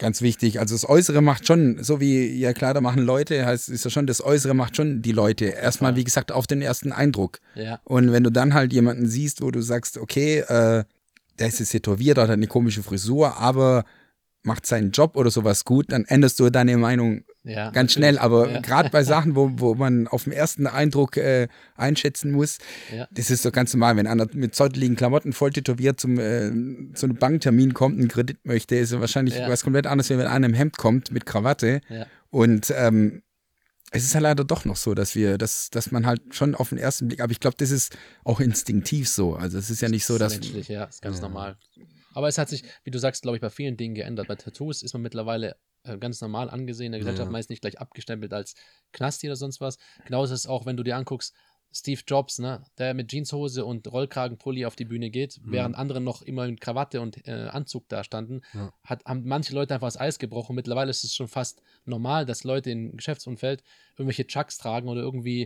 Ganz wichtig. Also das Äußere macht schon, so wie ja Kleider machen Leute, heißt ist ja schon, das Äußere macht schon die Leute. Erstmal, wie gesagt, auf den ersten Eindruck. Ja. Und wenn du dann halt jemanden siehst, wo du sagst, okay, äh, der ist jetzt tätowiert oder hat eine komische Frisur, aber macht seinen Job oder sowas gut, dann änderst du deine Meinung Ja, ganz schnell. Aber ja. gerade bei Sachen, wo, wo man auf den ersten Eindruck äh, einschätzen muss, Ja. das ist so ganz normal. Wenn einer mit zotteligen Klamotten voll tätowiert zum äh, zu einem Banktermin kommt, einen Kredit möchte, ist er wahrscheinlich Ja. was komplett anderes, wie wenn einer im Hemd kommt mit Krawatte. Ja. Und ähm, es ist halt leider doch noch so, dass wir, dass, dass man halt schon auf den ersten Blick, aber ich glaube, das ist auch instinktiv so. Also es ist ja nicht so, dass. Menschlich, ja, ist ganz Ja. normal. Aber es hat sich, wie du sagst, glaube ich, bei vielen Dingen geändert. Bei Tattoos ist man mittlerweile äh, ganz normal angesehen in der Gesellschaft, Ja. meist nicht gleich abgestempelt als Knasti oder sonst was. Genauso ist es auch, wenn du dir anguckst, Steve Jobs, ne, der mit Jeanshose und Rollkragenpulli auf die Bühne geht, Mhm. während andere noch immer mit Krawatte und äh, Anzug da standen, Ja. hat, haben manche Leute einfach das Eis gebrochen. Mittlerweile ist es schon fast normal, dass Leute im Geschäftsumfeld irgendwelche Chucks tragen oder irgendwie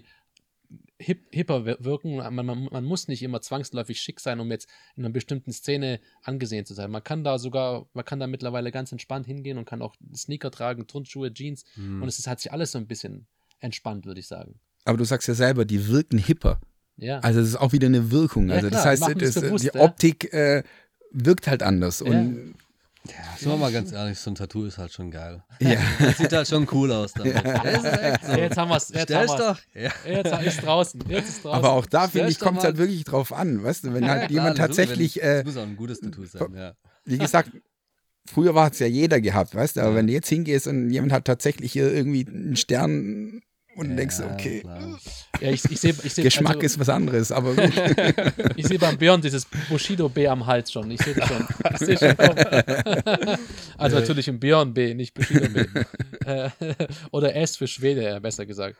hip, hipper wir- wirken. Man, man, man muss nicht immer zwangsläufig schick sein, um jetzt in einer bestimmten Szene angesehen zu sein. Man kann da sogar, man kann da mittlerweile ganz entspannt hingehen und kann auch Sneaker tragen, Turnschuhe, Jeans. Mhm. Und es ist, hat sich alles so ein bisschen entspannt, würde ich sagen. Aber du sagst ja selber, die wirken hipper. Ja. Also das ist auch wieder eine Wirkung. Ja, Also klar, das heißt, machen das das, bewusst, die ja. Optik äh, wirkt halt anders. Ja. Und Sind wir mal ganz ehrlich, so ein Tattoo ist halt schon geil. ja. Das sieht halt schon cool aus damit. Ja, ist echt so. Jetzt haben wir es. Jetzt, Stell's haben wir's. doch. Ja. Jetzt ist draußen. Jetzt ist draußen. Aber auch da, finde ich, Stell's doch kommt es halt mal- wirklich drauf an. Weißt du, wenn Ja, halt klar, jemand natürlich, tatsächlich, wenn- äh, Das muss auch ein gutes Tattoo sein, ja. wie gesagt, früher war es ja jeder gehabt, weißt du, aber Ja. wenn du jetzt hingehst und jemand hat tatsächlich hier irgendwie einen Stern und du denkst, Ja, okay, klar. ja, ich, ich sehe ich seh, Geschmack also, ist was anderes, aber gut. Ich sehe beim Björn dieses Bushido-B am Hals schon. Ich sehe das schon. Ich sehe schon kommen. Also natürlich ein Björn-B, nicht Bushido-B. Äh, Oder S für Schwede, äh, besser gesagt.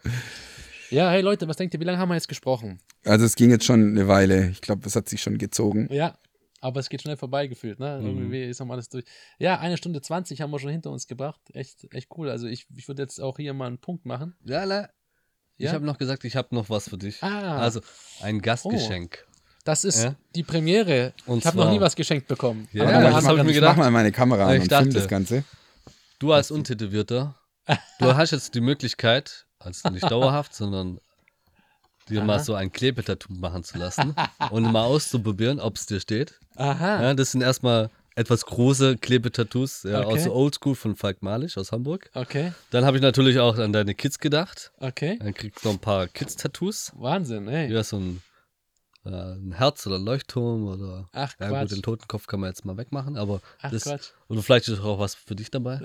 Ja, hey Leute, was denkt ihr, wie lange haben wir jetzt gesprochen? Also es ging jetzt schon eine Weile. Ich glaube, das hat sich schon gezogen. Ja, aber es geht schnell vorbei gefühlt, ne? Mhm. Irgendwie ist noch mal alles durch. Ja, eine Stunde zwanzig haben wir schon hinter uns gebracht. Echt, echt cool. Also ich, ich würde jetzt auch hier mal einen Punkt machen. Ja, la. Ich Ja? habe noch gesagt, ich habe noch was für dich. Ah. Also ein Gastgeschenk. Das ist Ja. die Premiere. Und ich habe noch zwar- nie was geschenkt bekommen. Ja, Aber ja, alle das hab ich anderen- mir Ich gedacht. mach mal meine Kamera an Ich und film dachte- das Ganze. Du als Untätowierter, du hast jetzt die Möglichkeit, also nicht dauerhaft, sondern dir mal so ein Klebetattoo machen zu lassen und mal auszuprobieren, ob es dir steht. Aha. Ja, das sind erstmal etwas große Klebetattoos ja, Okay. aus der Oldschool von Falk Malisch aus Hamburg. Okay, Dann habe ich natürlich auch an deine Kids gedacht. okay. Dann kriegst du noch ein paar Kids-Tattoos. Wahnsinn, ey. Ja, so ein, äh, ein Herz oder ein Leuchtturm oder. Ach, Ja, Quatsch. gut, den Totenkopf kann man jetzt mal wegmachen, aber. Ach, das, Quatsch. Oder vielleicht ist auch was für dich dabei.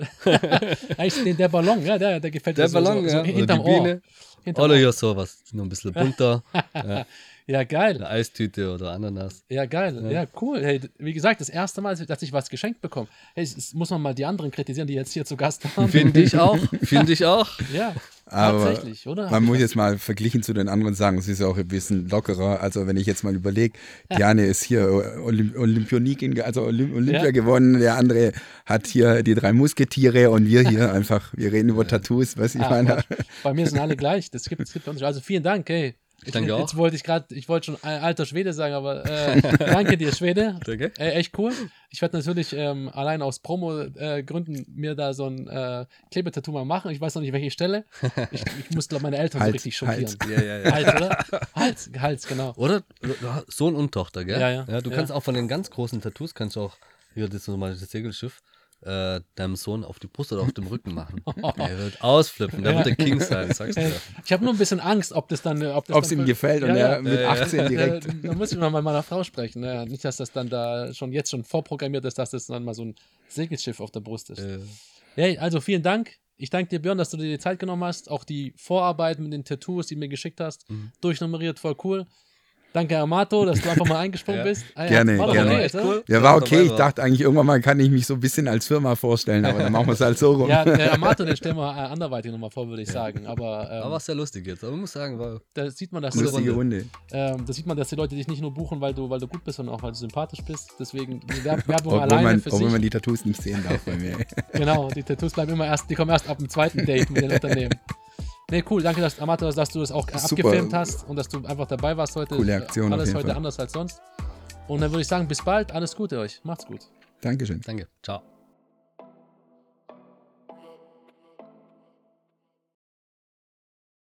Ja, ich, den, der Ballon, ja, der, der gefällt Der mir so, Ballon, so, so ja. Oder hinterm die Ohr. Biene. Hinterm Oder Ohr. hier sowas, noch ein bisschen bunter. ja, Ja, geil. eine Eistüte oder Ananas. Ja, geil. Ja, cool. Hey, wie gesagt, das erste Mal, dass ich was geschenkt bekomme. Hey, es, es muss man mal die anderen kritisieren, die jetzt hier zu Gast waren. Finde ich auch. Finde ich auch. Ja, Aber tatsächlich, oder? Man muss jetzt mal verglichen zu den anderen sagen, es ist auch ein bisschen lockerer. Also wenn ich jetzt mal überlege, Diane ist hier Olymp Olympionikin, also Olymp Olympia Ja. gewonnen, der andere hat hier die drei Musketiere und wir hier einfach, wir reden über Tattoos, was ich Ah, meine. Quatsch. Bei mir sind alle gleich. Das gibt, es gibt Unterschiede. Also vielen Dank, hey. Ich danke Jetzt auch. wollte ich gerade, ich wollte schon ein alter Schwede sagen, aber äh, danke dir, Schwede. Danke. Äh, echt cool. Ich werde natürlich ähm, allein aus Promo-Gründen mir da so ein äh, Klebetattoo mal machen. Ich weiß noch nicht, welche Stelle. Ich, ich muss, glaube meine Eltern so Hals, richtig schockieren. Hals. Ja, ja, ja. Hals, oder? Hals, Hals, genau. Oder du hast Sohn und Tochter, gell? Ja, ja. du Ja. kannst auch von den ganz großen Tattoos, kannst du auch, hier das ist nochmal das Segelschiff, äh, deinem Sohn auf die Brust oder auf dem Rücken machen. Er wird ausflippen, der Ja. wird der King sein, sagst du. Äh, Ich habe nur ein bisschen Angst, ob das dann. Ob Ob es dann ihm gefällt und Ja, ja. er mit Ja, ja. achtzehn direkt. Äh, da muss ich mal mit meiner Frau sprechen. Ne? Nicht, dass das dann da schon jetzt schon vorprogrammiert ist, dass das dann mal so ein Segelschiff auf der Brust ist. Äh, Hey, also vielen Dank. Ich danke dir, Björn, dass du dir die Zeit genommen hast. Auch die Vorarbeit mit den Tattoos, die du mir geschickt hast. Mhm. Durchnummeriert, voll cool. Danke, Amato, dass du einfach mal eingesprungen Ja. bist. Ah, ja, Gerne, war doch gerne. okay, Echt oder? cool. Ja, war dass er okay. dabei Ich dachte eigentlich, irgendwann mal kann ich mich so ein bisschen als Firma vorstellen, aber dann machen wir es halt so rum. Ja, der Amato, den stellen wir äh, anderweitig nochmal vor, würde ich sagen. Aber, ähm, Aber war sehr lustig jetzt. Aber ich muss sagen, war da sieht man, dass Gute Lustige Runde. Ähm, da sieht man, dass die Leute dich nicht nur buchen, weil du, weil du gut bist, sondern auch, weil du sympathisch bist. Deswegen die Werb Werbung Obwohl alleine man, für obwohl sich. man die Tattoos nicht sehen darf bei mir. Genau, die Tattoos bleiben immer erst, die kommen erst ab dem zweiten Date mit den Unternehmen. Nee, cool, danke, dass, Amato, dass du das auch äh, Super. abgefilmt hast und dass du einfach dabei warst heute. Coole Aktion auf Alles jeden heute Fall. anders als sonst. Und dann würde ich sagen, bis bald, alles Gute euch. Macht's gut. Dankeschön. danke. Ciao.